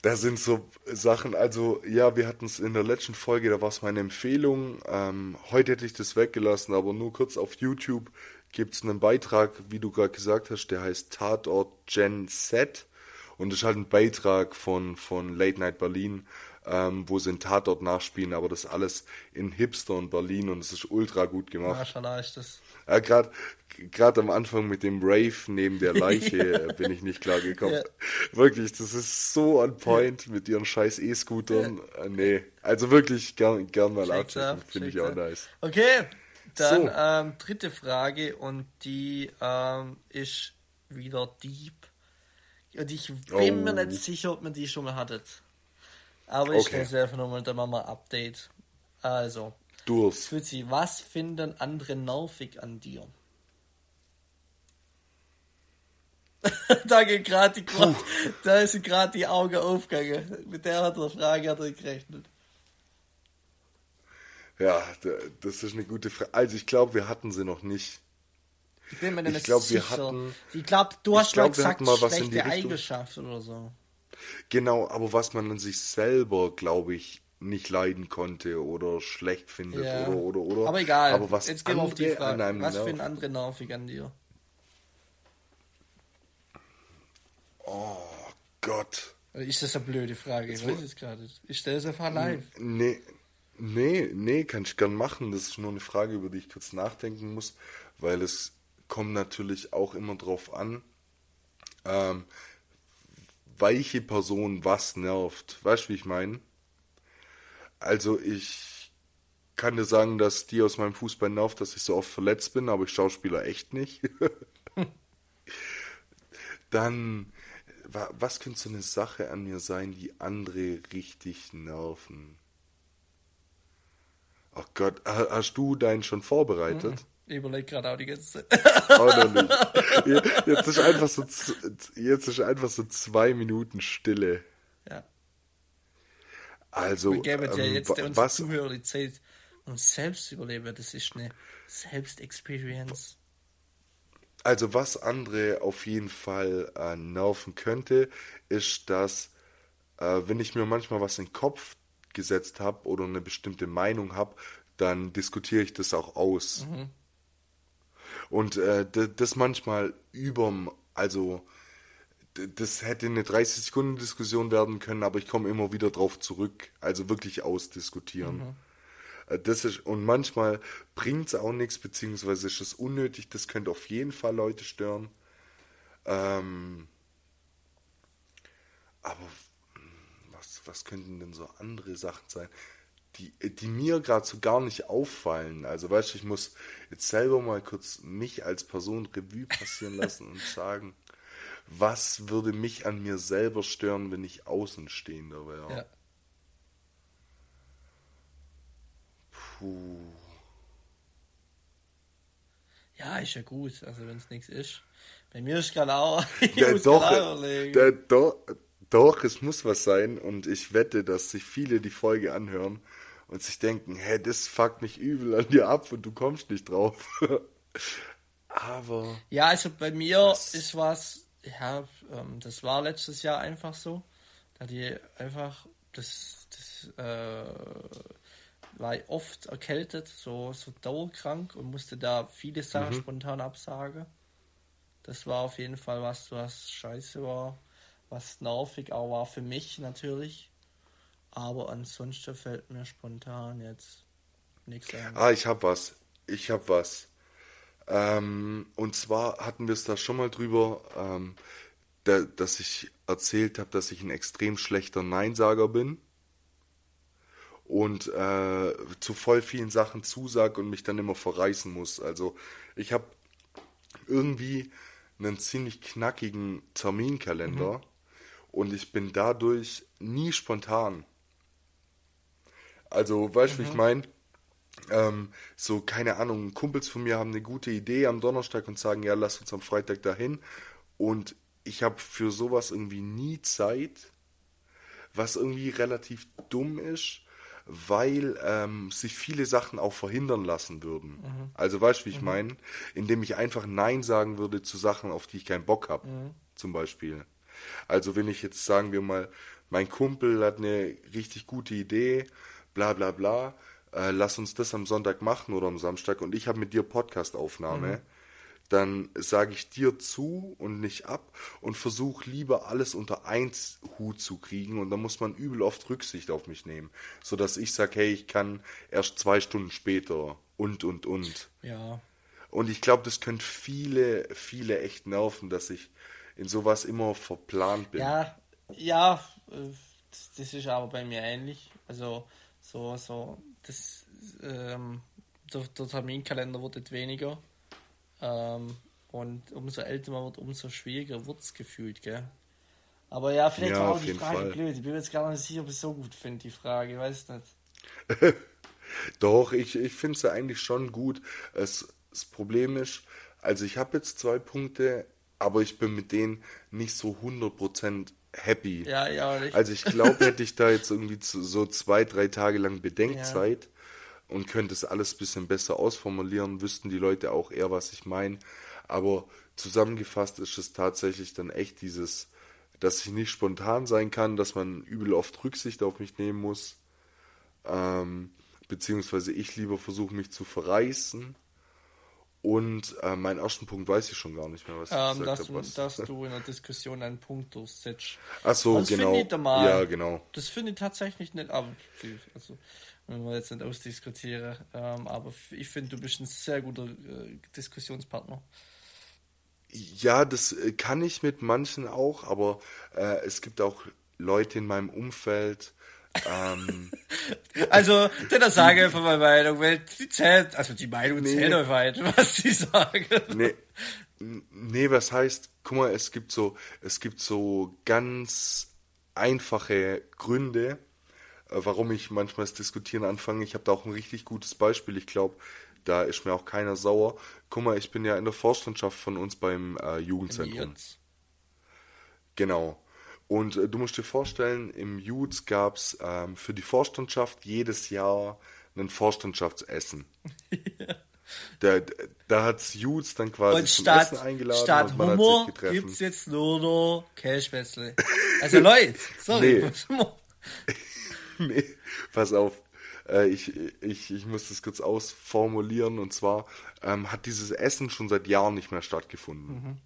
Da sind so Sachen, also ja, wir hatten es in der letzten Folge, da war es meine Empfehlung. Ähm, heute hätte ich das weggelassen, aber nur kurz auf YouTube gibt es einen Beitrag, wie du gerade gesagt hast, der heißt Tatort Gen Z. Und das ist halt ein Beitrag von, von Late Night Berlin, ähm, wo sie einen Tatort nachspielen, aber das alles in Hipster und Berlin und es ist ultra gut gemacht. Maschallah ist das. Ja, gerade gerade am Anfang mit dem Rave neben der Leiche Ja. äh, bin ich nicht klar gekommen. Ja. Wirklich, das ist so on point mit ihren scheiß E-Scootern. Äh, nee, also wirklich gern, gern mal Checkt's abchecken, ab, finde ich checkt's auch ab. nice. Okay, dann So. ähm, dritte Frage und die ähm, ist wieder deep. Und ich bin mir Oh. nicht sicher, ob man die schon mal hattet. Aber ich Okay. stelle es einfach nochmal, dann machen wir ein Update. Also, Durst. Fritzi, was finden andere nervig an dir? Da geht gerade die Gra- da sind gerade die Augen aufgegangen. Mit der hat der Frage hat er gerechnet. Ja, d- das ist eine gute Frage. Also ich glaube, wir hatten sie noch nicht. Ich bin mir Ich nicht glaub, wir sicher. hatten- ich glaube, du ich hast glaub, mal wir gesagt, hatten mal was in die schlechte Richtung. Eigenschaft oder so. Genau, aber was man an sich selber, glaube ich, nicht leiden konnte oder schlecht findet Ja. oder oder oder. Aber egal, Aber was jetzt gehen wir auf die andere Frage. an einem Was nervt. finden andere nervig an dir? Oh Gott. Ist das eine blöde Frage? Ich weiß es gerade. Ich stelle es einfach live. Nee, nee, nee, kann ich gern machen. Das ist nur eine Frage, über die ich kurz nachdenken muss, weil es kommt natürlich auch immer drauf an, ähm, welche Person was nervt. Weißt du, wie ich meine? Also ich kann dir sagen, dass die aus meinem Fußball nervt, dass ich so oft verletzt bin, aber ich Schauspieler echt nicht. Dann, wa- was könnte so eine Sache an mir sein, die andere richtig nerven? Ach Gott, ha- hast du deinen schon vorbereitet? Ich überlege gerade auch die ganze Zeit. Auch noch nicht. Jetzt ist einfach so, z- jetzt ist einfach so zwei Minuten Stille. Ja. Also, Wir geben ja ähm, jetzt wa- unseren was, Zuhörer die Zeit, uns selbst zu überleben. Das ist eine Selbstexperience. also was andere auf jeden Fall äh, nerven könnte, ist, dass äh, wenn ich mir manchmal was in den Kopf gesetzt habe oder eine bestimmte Meinung habe, dann diskutiere ich das auch aus. Und äh, d- das manchmal überm, also d- das hätte eine dreißig-Sekunden-Diskussion werden können, aber ich komme immer wieder drauf zurück. Also wirklich ausdiskutieren. Äh, Das ist, und manchmal bringt es auch nichts, beziehungsweise ist es unnötig, das könnte auf jeden Fall Leute stören. Ähm, aber hm, was, was könnten denn so andere Sachen sein, die, die mir gerade so gar nicht auffallen? Also weißt du, ich muss jetzt selber mal kurz mich als Person Revue passieren lassen und sagen, was würde mich an mir selber stören, wenn ich Außenstehender wäre? Ja. Puh. Ja, ist ja gut. Also wenn es nichts ist. Bei mir ist gerade auch. Ich Ja, muss doch, gerade auch überlegen. da, doch, doch, es muss was sein und ich wette, dass sich viele die Folge anhören und sich denken, hä, das fuckt mich übel an dir ab und du kommst nicht drauf. Aber, Ja, also bei mir Was? ist was, ja, ähm, das war letztes Jahr einfach so. Da hatte ich einfach, das, das äh, war ich oft erkältet, so, so dauerkrank und musste da viele Sachen spontan absagen. Das war auf jeden Fall was, was scheiße war, was nervig auch war für mich natürlich. Aber ansonsten fällt mir spontan jetzt nichts ein. ah, ich hab was, ich hab was. Ähm, und zwar hatten wir es da schon mal drüber, ähm, da, dass ich erzählt habe, dass ich ein extrem schlechter Neinsager bin und äh, zu voll vielen Sachen zusag und mich dann immer verreißen muss. Also ich habe irgendwie einen ziemlich knackigen Terminkalender und ich bin dadurch nie spontan. Also, weißt du, wie ich meine? Ähm, so, keine Ahnung, Kumpels von mir haben eine gute Idee am Donnerstag und sagen, ja, lass uns am Freitag dahin. Und ich habe für sowas irgendwie nie Zeit, was irgendwie relativ dumm ist, weil ähm, sich viele Sachen auch verhindern lassen würden. Also weißt du, wie ich meine? Indem ich einfach Nein sagen würde zu Sachen, auf die ich keinen Bock habe, zum Beispiel. Also wenn ich jetzt, sagen wir mal, mein Kumpel hat eine richtig gute Idee, bla bla bla, äh, lass uns das am Sonntag machen oder am Samstag und ich habe mit dir Podcast-Aufnahme, mhm. dann sage ich dir zu und nicht ab und versuche lieber alles unter eins Hut zu kriegen und dann muss man übel oft Rücksicht auf mich nehmen, sodass ich sage, hey, ich kann erst zwei Stunden später und und und. Ja. Und ich glaube, das könnte viele, viele echt nerven, dass ich in sowas immer verplant bin. Ja, ja, das, das ist aber bei mir ähnlich. Also so, so, das, ähm, der, der Terminkalender wird nicht weniger. Ähm, und umso älter man wird, umso schwieriger wird es gefühlt, gell? Aber ja, vielleicht ja, war auch die Frage Fall. blöd. Ich bin mir jetzt gar nicht sicher, ob ich es so gut finde, die Frage. Ich weiß nicht. Doch, ich, ich finde es ja eigentlich schon gut. Es, das Problem ist, also ich habe jetzt zwei Punkte, aber ich bin mit denen nicht so hundert Prozent happy. Ja, ja, nicht. Also ich glaube, hätte ich da jetzt irgendwie so zwei, drei Tage lang Bedenkzeit ja. und könnte es alles ein bisschen besser ausformulieren, wüssten die Leute auch eher, was ich meine. Aber zusammengefasst ist es tatsächlich dann echt dieses, dass ich nicht spontan sein kann, dass man übel oft Rücksicht auf mich nehmen muss. Ähm, beziehungsweise ich lieber versuche, mich zu verreißen. Und äh, meinen ersten Punkt weiß ich schon gar nicht mehr, was ich ähm, gesagt dass habe. Du, was dass du in der Diskussion einen Punkt durchsetzt. Ach so, das genau. Ich mal, ja, genau. Das finde ich tatsächlich nicht, aber also, wenn wir jetzt nicht ausdiskutieren, ähm, aber ich finde, du bist ein sehr guter äh, Diskussionspartner. Ja, das äh, kann ich mit manchen auch, aber äh, es gibt auch Leute in meinem Umfeld, ähm, also, dann sage ich einfach meine Meinung, weil die zählt, also die Meinung nee, zählt einfach halt, was sie sagen. Nee, nee, was heißt, guck mal, es gibt so, es gibt so ganz einfache Gründe, äh, warum ich manchmal das Diskutieren anfange. Ich habe da auch ein richtig gutes Beispiel, ich glaube, da ist mir auch keiner sauer. Guck mal, ich bin ja in der Vorstandschaft von uns beim äh, Jugendzentrum. Jetzt. Genau. Und äh, du musst dir vorstellen, im Juz gab es ähm, für die Vorstandschaft jedes Jahr ein Vorstandschaftsessen. ja. Da, da hat es Juz dann quasi und zum statt, Essen eingeladen statt und man Hummer hat sich getroffen. Gibt es jetzt nur noch Käsespätzle. Also Leute, sorry. Nee. nee, pass auf. Äh, ich, ich, ich muss das kurz ausformulieren und zwar ähm, hat dieses Essen schon seit Jahren nicht mehr stattgefunden. Mhm.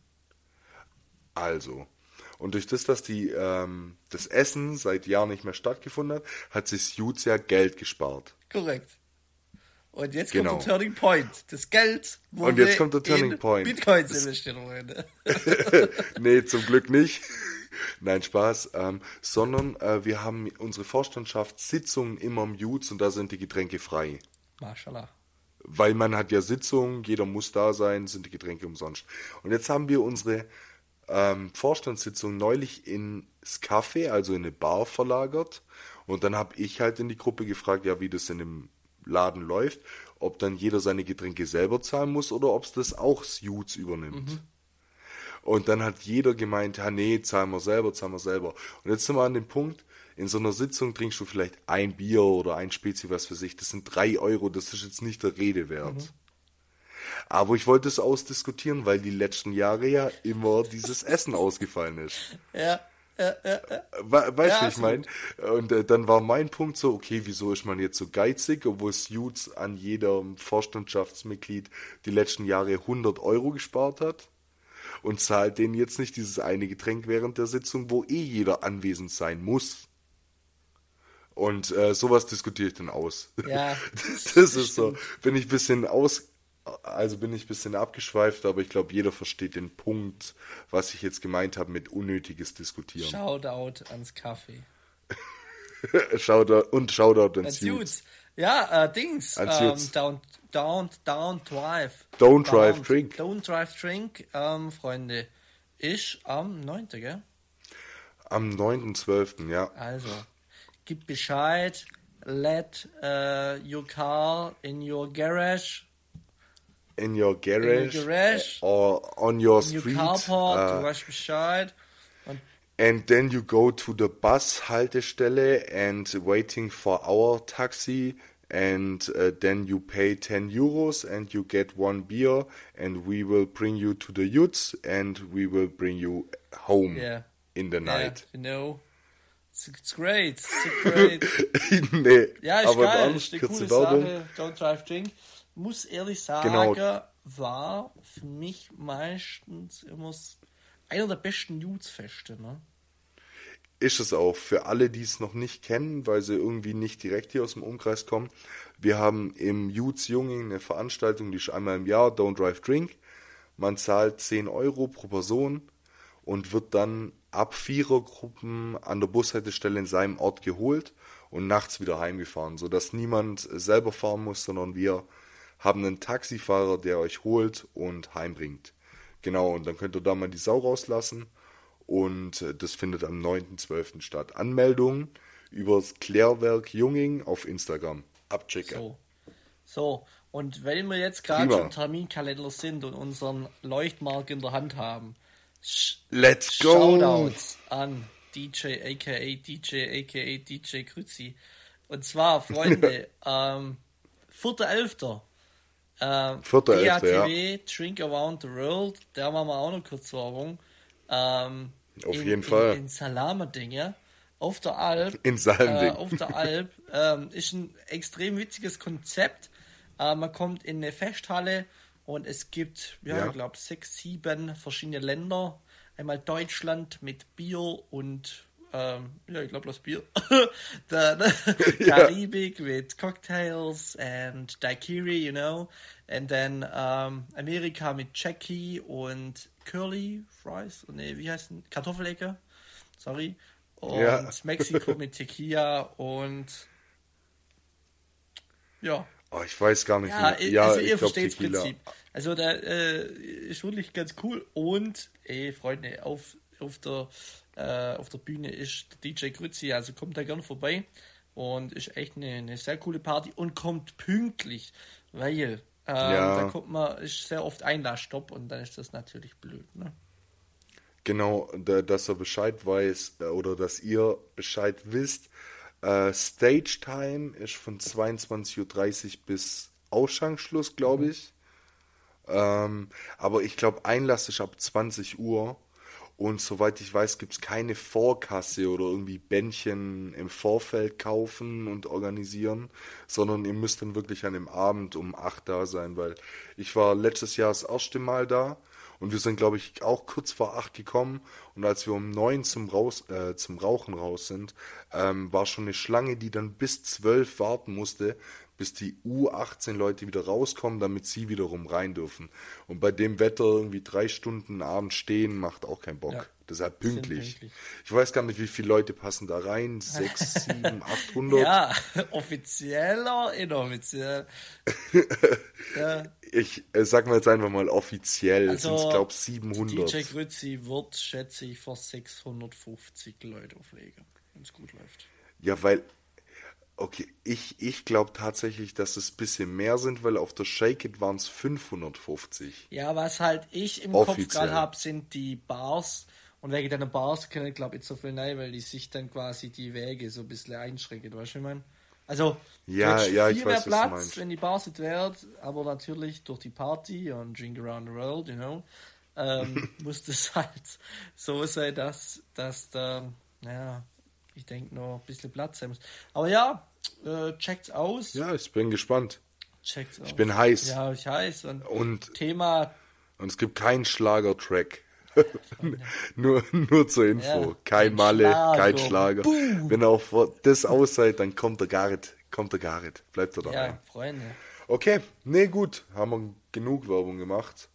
Also... Und durch das, dass die, ähm, das Essen seit Jahren nicht mehr stattgefunden hat, hat sich Juz ja Geld gespart. Korrekt. Und jetzt genau. kommt der Turning Point. Das Geld wurde Und jetzt kommt der Turning in Point. Bitcoins investiert. Leute. Nee, zum Glück nicht. Nein, Spaß. Ähm, sondern äh, wir haben unsere Vorstandsschaftssitzungen immer im Juz und da sind die Getränke frei. Mashallah. Weil man hat ja Sitzungen, jeder muss da sein, sind die Getränke umsonst. Und jetzt haben wir unsere Ähm, Vorstandssitzung neulich ins Café, also in eine Bar verlagert und dann habe ich halt in die Gruppe gefragt, ja, wie das in dem Laden läuft, ob dann jeder seine Getränke selber zahlen muss oder ob es das auch das Juz übernimmt. Mhm. Und dann hat jeder gemeint, ja, nee, zahlen wir selber, zahlen wir selber. Und jetzt sind wir an dem Punkt, in so einer Sitzung trinkst du vielleicht ein Bier oder ein Spezi, was für sich, das sind drei Euro, das ist jetzt nicht der Rede wert. Mhm. Aber ich wollte es ausdiskutieren, weil die letzten Jahre ja immer dieses Essen ausgefallen ist. Ja, ja, ja. ja. We- weißt du, ja, wie ich meine? Und äh, dann war mein Punkt so, okay, wieso ist man jetzt so geizig, obwohl es Juz an jedem Vorstandschaftsmitglied die letzten Jahre hundert Euro gespart hat und zahlt denen jetzt nicht dieses eine Getränk während der Sitzung, wo eh jeder anwesend sein muss. Und äh, sowas diskutiere ich dann aus. Ja, das, das ist so, bin ich ein bisschen aus... Also bin ich ein bisschen abgeschweift, aber ich glaube, jeder versteht den Punkt, was ich jetzt gemeint habe mit unnötiges Diskutieren. Shoutout ans Kaffee. Shoutout und Shoutout ans Juz. Ja, äh, Dings. Ans ähm, Juz. Don't, don't, don't drive. Don't drive, don't, drink. Don't drive, drink, ähm, Freunde. Ich am neunten, gell? Am neunten zwölften, ja. Also, gib Bescheid. Let uh, your car in your garage. In your garage, in your garage or on your in street. Your carport, uh, du weißt Bescheid. Und and then you go to the bus Haltestelle and waiting for our taxi and uh, then you pay ten euros and you get one beer and we will bring you to the Juz and we will bring you home yeah. in the night. Yeah, you know, It's, it's great. It's great. nee, Ja, ist aber geil. Ernst, Ist eine kurze coole Werbung. Sache. Don't Drive Drink. Muss ehrlich sagen, Genau. war für mich meistens immer einer der besten Youth-Feste, ne? Ist es auch. Für alle, die es noch nicht kennen, weil sie irgendwie nicht direkt hier aus dem Umkreis kommen. Wir haben im Youths Junging eine Veranstaltung, die ist einmal im Jahr, Don't Drive Drink. Man zahlt zehn Euro pro Person und wird dann ab Vierergruppen an der Bushaltestelle in seinem Ort geholt und nachts wieder heimgefahren, sodass niemand selber fahren muss, sondern wir haben einen Taxifahrer, der euch holt und heimbringt. Genau, und dann könnt ihr da mal die Sau rauslassen und das findet am neunten zwölften statt. Anmeldung übers Klärwerk Junging auf Instagram. Abchecken. So. So, und wenn wir jetzt gerade Prima. im Terminkalender sind und unseren Leuchtmark in der Hand haben, sch Let's go! Shoutouts an D J aka D J aka D J Grützi. Und zwar, Freunde, ähm, vierter elfter Ähm, Vierter D A Elfter, T W, Drink Around the World, da machen wir auch noch kurz Werbung. Ähm, Auf in, jeden Fall. In, in Salamerdinge, auf der Alp. In Salmding. Äh, auf der Alp. ähm, ist ein extrem witziges Konzept. Äh, man kommt in eine Festhalle und es gibt, ja, Ja. ich glaube, sechs, sieben verschiedene Länder. Einmal Deutschland mit Bier und ähm, ja, ich glaube das Bier. Dann Ja. Karibik mit Cocktails and Daiquiri, you know. And then ähm, Amerika mit Jackie und Curly Fries. Nee, wie heißt denn? Kartoffelecke. Sorry. Und Ja. Mexiko mit Tequila und ja. Oh, ich weiß gar nicht. Ja, wie- ja also ich ihr glaub, versteht das Tequila. Prinzip. Also da äh, ist wirklich ganz cool. Und ey, Freunde, auf, auf, der, äh, auf der Bühne ist der D J Grützi, also kommt da gerne vorbei. Und ist echt eine, eine sehr coole Party und kommt pünktlich, weil ähm, Ja. da kommt man, ist sehr oft Einlassstopp und dann ist das natürlich blöd, ne? Genau, da, dass er Bescheid weiß äh, oder dass ihr Bescheid wisst. Äh, Stage Time ist von zweiundzwanzig Uhr dreißig bis Ausschanksschluss, glaube ich. Ähm, aber ich glaube, Einlass ist ab zwanzig Uhr. Und soweit ich weiß, gibt es keine Vorkasse oder irgendwie Bändchen im Vorfeld kaufen und organisieren, sondern ihr müsst dann wirklich an dem Abend um acht da sein, weil ich war letztes Jahr das erste Mal da und wir sind, glaube ich, auch kurz vor acht gekommen und als wir um neun zum, raus, äh, zum Rauchen raus sind, ähm, war schon eine Schlange, die dann bis zwölf warten musste, bis die U achtzehn Leute wieder rauskommen, damit sie wiederum rein dürfen. Und bei dem Wetter irgendwie drei Stunden abends stehen, macht auch keinen Bock. Ja. Deshalb Sind pünktlich. pünktlich. Ich weiß gar nicht, wie viele Leute passen da rein. Sechs, sieben, achthundert. Ja, offizieller, inoffiziell. Ja. Ich äh, sag mal jetzt einfach mal offiziell. Es Also, sind, glaube ich, D J siebenhundert. Grützi wird, schätze ich, vor sechshundertfünfzig Leute auflegen, wenn es gut läuft. Ja, weil, okay, ich, ich glaube tatsächlich, dass es ein bisschen mehr sind, weil auf der Shake It waren es fünfhundertfünfzig. Ja, was halt ich im Kopf Offiziell. gerade habe, sind die Bars. Und wegen deiner Bars können ich glaube ich so viel nein, weil die sich dann quasi die Wege so ein bisschen einschränken, weißt du, ich meine? Also, Ja, du hättest ja, viel ich mehr weiß, was du Platz, meinst. wenn die Bars nicht wären, aber natürlich durch die Party und Drink Around the World, you know, ähm, muss das halt so sein, dass, dass da, naja, ich denke, noch ein bisschen Platz haben muss. Aber ja, äh, checkt's aus. Ja, ich bin gespannt. Checkt's aus. Ich bin heiß. Ja, ich heiß. Und, Und, Thema, und es gibt keinen Schlagertrack. nur, nur zur Info. Ja, kein ein Malle, Schlager. kein Schlager. Boom. Wenn ihr auf das aus seid, dann kommt der Garrett. Kommt der Garrett. Bleibt er daheim. ja, Freunde. Okay, nee, gut. Haben wir genug Werbung gemacht.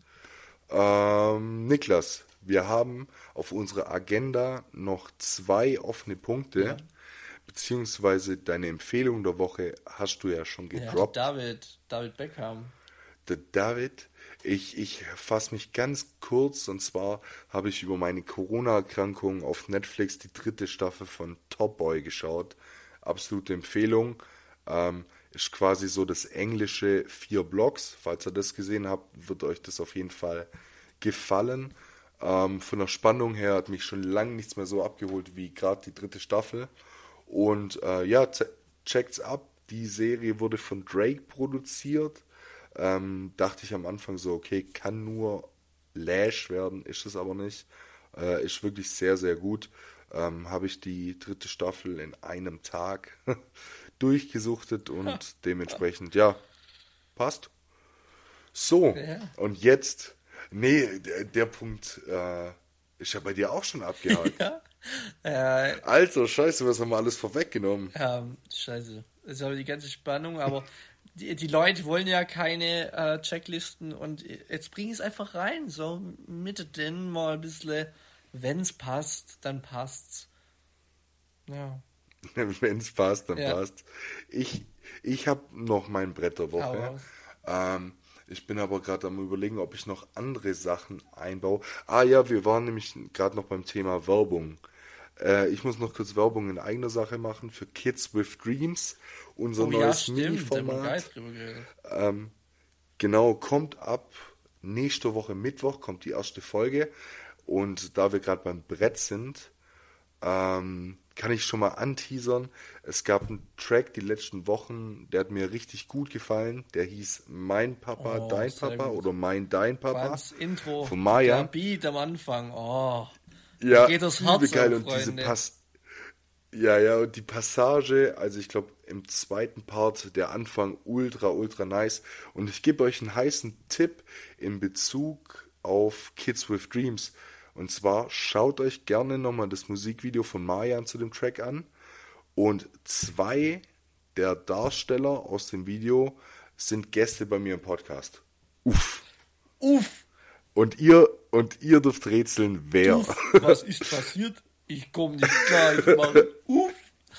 Ähm, Niklas, wir haben auf unserer Agenda noch zwei offene Punkte. Ja. Beziehungsweise deine Empfehlung der Woche hast du ja schon Ja, gedroppt. David, David Beckham. Der David, ich, ich fasse mich ganz kurz, und zwar habe ich über meine Corona-Erkrankung auf Netflix die dritte Staffel von Top Boy geschaut. Absolute Empfehlung. Ähm, ist quasi so das englische Vier Blocks. Falls ihr das gesehen habt, wird euch das auf jeden Fall gefallen. Ähm, von der Spannung her hat mich schon lange nichts mehr so abgeholt wie gerade die dritte Staffel. Und äh, ja, z- checkt's ab. Die Serie wurde von Drake produziert. Ähm, dachte ich am Anfang so, okay, kann nur Lash werden, ist es aber nicht. Äh, ist wirklich sehr, sehr gut. ähm, habe ich die dritte Staffel in einem Tag durchgesuchtet und dementsprechend, ja, passt. So, Ja. und jetzt, nee, der, der Punkt äh, ist ja bei dir auch schon abgehakt. Ja. Äh, Also, scheiße, was haben wir alles vorweggenommen? ähm, scheiße. Das ist aber die ganze Spannung, aber die, die Leute wollen ja keine äh, Checklisten und jetzt bring es einfach rein, so mittendrin mal ein bisschen, wenn es passt, dann passt's. Ja. Wenn es passt, dann Ja. passt. Ich, ich habe noch mein Brett der Hau Woche. raus. Ähm, ich bin aber gerade am Überlegen, ob ich noch andere Sachen einbaue. Ah ja, wir waren nämlich gerade noch beim Thema Werbung. Äh, ich muss noch kurz Werbung in eigener Sache machen für Kids with Dreams, unser Oh ja, neues stimmt, da haben wir geil Mini-Format. drüber geredet. Ähm, genau, kommt ab nächste Woche Mittwoch, kommt die erste Folge. Und da wir gerade beim Brett sind, ähm, kann ich schon mal anteasern. Es gab einen Track die letzten Wochen, der hat mir richtig gut gefallen. Der hieß Mein Papa, Oh, Dein sehr Papa gut. oder Mein Dein Vor allem Papa das Intro, von der Maya. Beat am Anfang, oh, da Ja, geht das übel Herz geil auf, und diese Freunde. Pass ja, ja, und die Passage, also ich glaube im zweiten Part, der Anfang ultra, ultra nice. Und ich gebe euch einen heißen Tipp in Bezug auf Kids with Dreams. Und zwar schaut euch gerne nochmal das Musikvideo von Marian zu dem Track an. Und zwei der Darsteller aus dem Video sind Gäste bei mir im Podcast. Uff. Uff, Und ihr, und ihr dürft rätseln, wer. uff, was ist passiert? Ich komme nicht klar, ich mache uff.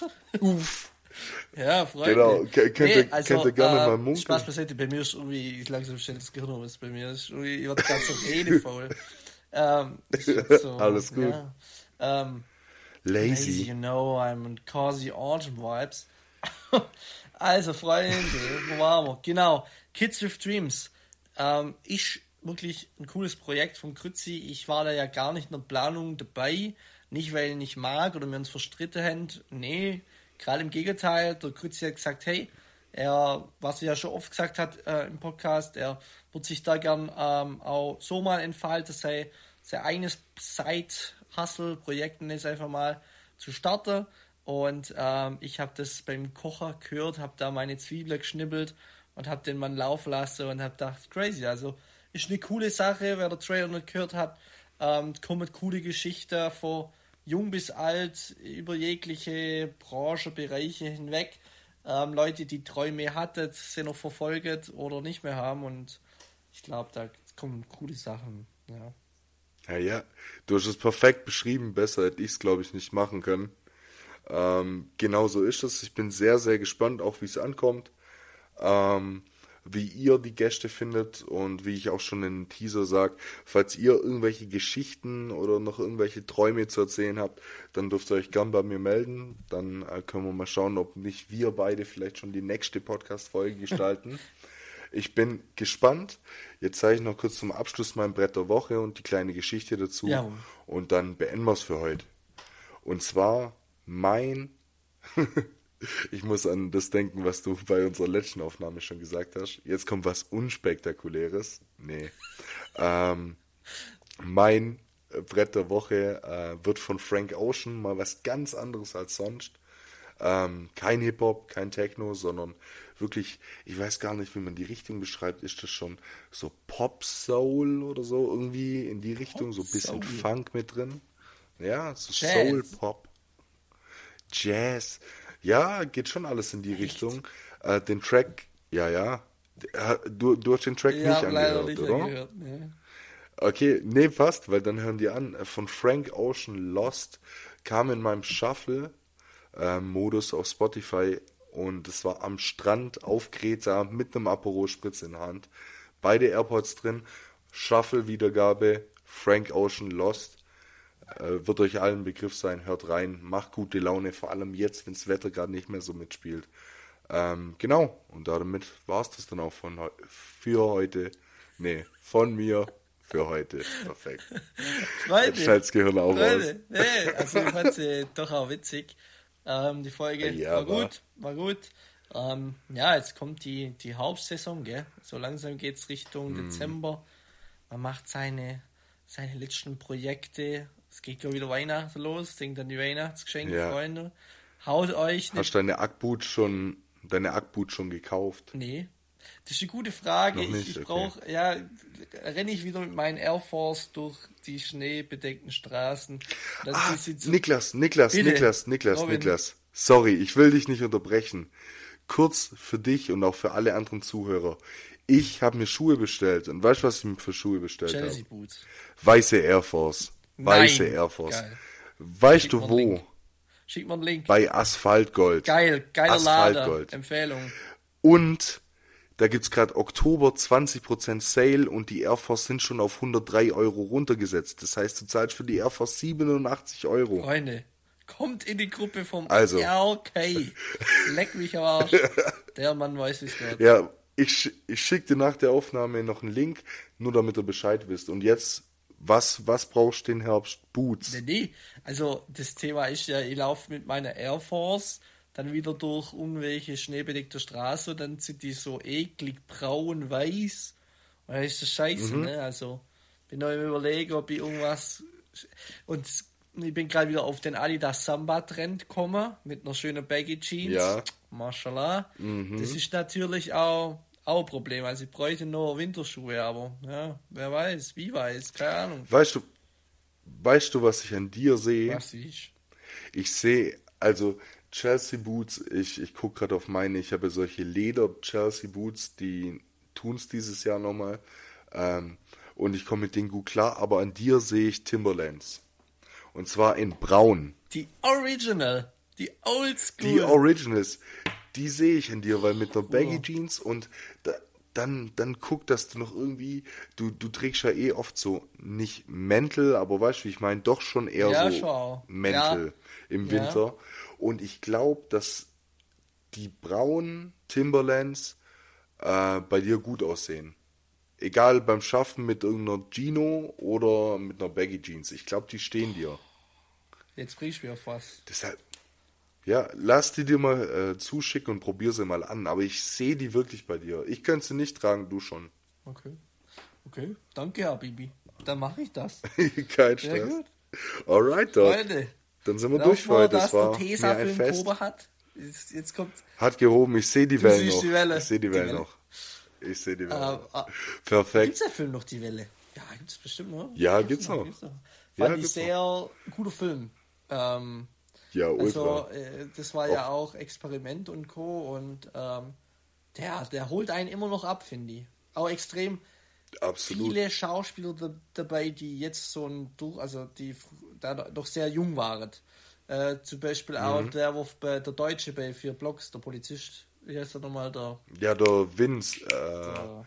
Uff. Ja, Freunde. Genau, k- könnt ihr- könnt ihr gerne mal munkeln. Spaß beiseite, bei mir ist irgendwie, langsam stellt das Gehirn um, ist bei mir ist irgendwie, ich werde ganz so redefaul. ähm, ist jetzt so, Alles gut. Ja. Ähm, Lazy, Lazy. you know, I'm in cozy autumn vibes. Also, Freunde, wo waren wir? Genau, Kids with Dreams. Ähm, ist wirklich ein cooles Projekt von Grützi. Ich war da ja gar nicht in der Planung dabei. Nicht, weil ich nicht mag oder wir uns verstritten haben. Nee, gerade im Gegenteil. Der Grützi hat gesagt, hey, er, was er ja schon oft gesagt hat äh, im Podcast, er wird sich da gern ähm, auch so mal entfalten, sein, sein eigenes Side-Hustle-Projekt, nenne ich es einfach mal, zu starten. Und ähm, ich habe das beim Kocher gehört, habe da meine Zwiebeln geschnippelt und habe den Mann laufen lassen und habe gedacht, crazy, also ist eine coole Sache, wer der Trailer nicht gehört hat, ähm, kommen coole Geschichten von jung bis alt, über jegliche Branche, Bereiche hinweg. Ähm, Leute, die Träume hatten, sie noch verfolgt oder nicht mehr haben und ich glaube, da kommen coole Sachen. Ja. Ja, ja, du hast es perfekt beschrieben, besser hätte ich es, glaube ich, nicht machen können. Ähm, genau so ist es. Ich bin sehr, sehr gespannt, auch wie es ankommt, ähm, wie ihr die Gäste findet und wie ich auch schon in den Teaser sage, falls ihr irgendwelche Geschichten oder noch irgendwelche Träume zu erzählen habt, dann dürft ihr euch gern bei mir melden. Dann äh, können wir mal schauen, ob nicht wir beide vielleicht schon die nächste Podcast-Folge gestalten. Ich bin gespannt. Jetzt zeige ich noch kurz zum Abschluss mein Brett der Woche und die kleine Geschichte dazu. Ja. Und dann beenden wir es für heute. Und zwar mein... Ich muss an das denken, was du bei unserer letzten Aufnahme schon gesagt hast. Jetzt kommt was Unspektakuläres. Nee. ähm, mein Brett der Woche äh, wird von Frank Ocean, mal was ganz anderes als sonst. Ähm, kein Hip-Hop, kein Techno, sondern wirklich, ich weiß gar nicht, wie man die Richtung beschreibt. Ist das schon so Pop-Soul oder so? Irgendwie in die Richtung, so ein bisschen Pop-Soul. Funk mit drin. Ja, so Jazz. Soul-Pop. Jazz. Ja, geht schon alles in die Richtung. Äh, den Track, ja, ja. Äh, Du, du hast den Track Ich nicht habe leider angehört, nicht oder? gehört. Nee. Okay, nee, passt, weil dann hören die an. Äh, Von Frank Ocean Lost kam in meinem Shuffle-Modus auf Spotify und es war am Strand auf Kreta mit einem Aperol Spritz in der Hand. Beide AirPods drin, Shuffle-Wiedergabe, Frank Ocean Lost. Äh, wird euch allen ein Begriff sein, hört rein, macht gute Laune, vor allem jetzt, wenn das Wetter gerade nicht mehr so mitspielt. Ähm, genau, und damit war es das dann auch von heu- für heute. Nee, von mir für heute. Perfekt. Freunde, Jetzt schalt's Gehirn auch aus. Freunde, nee, also ich fand sie doch auch witzig. Ähm, die Folge Ja, war war. gut, war gut. Ähm, ja, jetzt kommt die, die Hauptsaison, gell? So langsam geht's Richtung Mhm. Dezember. Man macht seine, seine letzten Projekte Es geht ja wieder Weihnachten los, singt dann die Weihnachtsgeschenke, Ja. Freunde. Haut euch Hast du deine Ackboot schon, deine Ackboot schon gekauft? Nee. Das ist eine gute Frage. Noch nicht, ich ich okay. brauche, ja, renne ich wieder mit meinen Air Force durch die schneebedeckten Straßen. Das Ah, ist so, Niklas, Niklas, Bitte. Niklas, Niklas, Robin. Niklas. Sorry, ich will dich nicht unterbrechen. Kurz für dich und auch für alle anderen Zuhörer. Ich habe mir Schuhe bestellt und weißt du, was ich mir für Schuhe bestellt habe? Chelsea Boots. Weiße Air Force. Weiße Nein. Air Force. Geil. Weißt Schick du mir einen wo? Link. Schick mir einen Link. Bei Asphaltgold. Geil, geiler Lader. Asphaltgold. Empfehlung. Und da gibt's gerade Oktober zwanzig Prozent Sale und die Air Force sind schon auf hundertdrei Euro runtergesetzt. Das heißt, du zahlst für die Air Force siebenundachtzig Euro. Freunde, kommt in die Gruppe vom Also. R K. Leck mich am Arsch. Der Mann weiß, wie es geht. Ja, ich, sch- ich schicke dir nach der Aufnahme noch einen Link, nur damit ihr Bescheid wisst. Und jetzt, was, was brauchst du den Herbst? Boots. Nee, nee. Also das Thema ist ja, ich laufe mit meiner Air Force dann wieder durch irgendwelche schneebedeckte Straße, dann sind die so eklig braun, weiß. Und dann ist das scheiße, Mhm. ne? Also bin noch im Überlegen, ob ich irgendwas... Und ich bin gerade wieder auf den Adidas Samba Trend gekommen, mit einer schönen Baggy Jeans. Ja. Mhm. Mashallah. Das ist natürlich auch, auch ein Problem. Also ich bräuchte nur Winterschuhe, aber ja, wer weiß, wie weiß, keine Ahnung. Weißt du, weißt du, was ich an dir sehe? Was ich... Ich sehe, also Chelsea Boots, ich, ich gucke gerade auf meine, ich habe solche Leder-Chelsea Boots, die tun es dieses Jahr nochmal. Ähm, und ich komme mit denen gut klar, aber an dir sehe ich Timberlands. Und zwar in braun. Die Original, die Oldschool. Die Originals, die sehe ich in dir, weil mit einer Baggy Jeans und da, dann, dann guck, dass du noch irgendwie, du, du trägst ja eh oft so, nicht Mäntel, aber weißt du, wie ich meine, doch schon eher Ja, so schon auch. Mäntel Ja. im Ja. Winter. Und ich glaube, dass die braunen Timberlands äh, bei dir gut aussehen. Egal beim Schaffen mit irgendeiner Gino oder mit einer Baggy Jeans. Ich glaube, die stehen dir. Jetzt bringst du mir auf was. Deshalb, ja, lass die dir mal äh, zuschicken und probier sie mal an. Aber ich sehe die wirklich bei dir. Ich könnte sie nicht tragen, du schon. Okay. Okay. Danke, Habibi. Dann mache ich das. Kein Sehr Stress. gut. Alright, dog. Freunde. Dann sind wir Dann durch für hoffen wir, heute. Das dass war der mir ein Tesafilm Fest. Probe hat. Jetzt, jetzt kommt... Hat gehoben, ich sehe die Du Wellen siehst noch. die Welle. Ich sehe die Die Wellen Welle. noch. Ich sehe die Wellen Äh, noch. äh, Perfekt. Gibt's der Film noch, die Welle? Ja, gibt's bestimmt noch. Ja, gibt's noch. Gibt's noch. Ja, Fand ich gibt's sehr guter Film. Ähm, Ja, ultra. also, äh, das war ja auch Experiment und Co. Und ähm, der, der holt einen immer noch ab, finde ich. Auch extrem Absolut. viele Schauspieler da, dabei, die jetzt so ein durch, also die fr- da doch sehr jung waren. Äh, zum Beispiel auch Mhm. der, wo bei der Deutsche bei vier Blocks, der Polizist, wie heißt er nochmal, der, Ja, der Vince, äh, der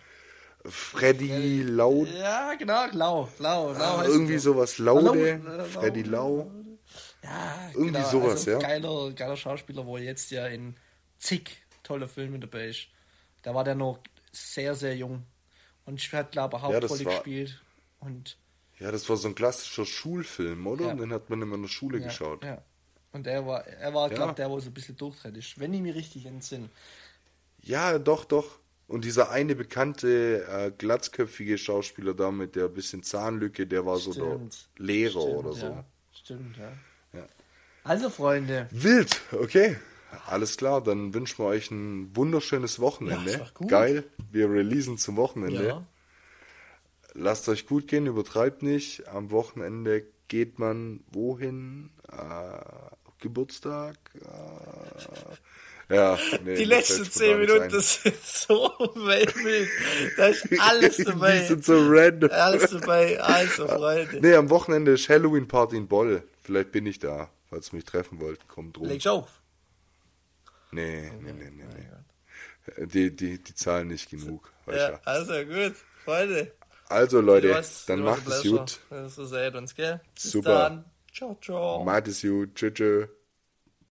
Freddy Laud, ja, genau, Lau, Lau, Lau ah, heißt irgendwie der. sowas, Laude, Lau, äh, Freddy Lau. Ja, Irgendwie genau, sowas, also ja. Geiler, geiler Schauspieler, wo jetzt ja in zig tolle Filme dabei ist. Da war der noch sehr, sehr jung. Und hat, glaube ich, Ja, das Hauptrolle war- gespielt. Und Ja, das war so ein klassischer Schulfilm, oder? Ja. Den hat man immer in der Schule ja, geschaut. ja. Und er war, er war, Ja. glaube der, wo so ein bisschen durchdreht ist. Wenn ich mich richtig entsinne. Ja, doch, doch. Und dieser eine bekannte, äh, glatzköpfige Schauspieler da mit der bisschen Zahnlücke, der war so Stimmt. der Lehrer Stimmt, oder so. Ja. Stimmt, ja. Ja. Also, Freunde. Wild, okay. Alles klar, dann wünschen wir euch ein wunderschönes Wochenende. Ja, ist doch gut. Geil, wir releasen zum Wochenende. Ja. Lasst euch gut gehen, übertreibt nicht. Am Wochenende geht man wohin? Äh, Geburtstag? Äh, ja, nee, Die mir letzten fällt's zehn spontan Minuten nichts ein. sind so wild. Da ist alles dabei. Die sind so random. Alles dabei. Also, Freunde. Nee, am Wochenende ist Halloween-Party in Boll. Vielleicht bin ich da, falls ihr mich treffen wollt. Kommt rum. Leg's auf. Nee, nee, nee, nee, nee. Die, die, die zahlen nicht genug. Weißt Ja, ja. also gut. Freunde. Also Leute, Du hast- dann du hast macht es Pleasure. gut. So seht uns, gell? Bis Super. dann. Ciao, ciao. Macht es gut. Tschüss, tschüss.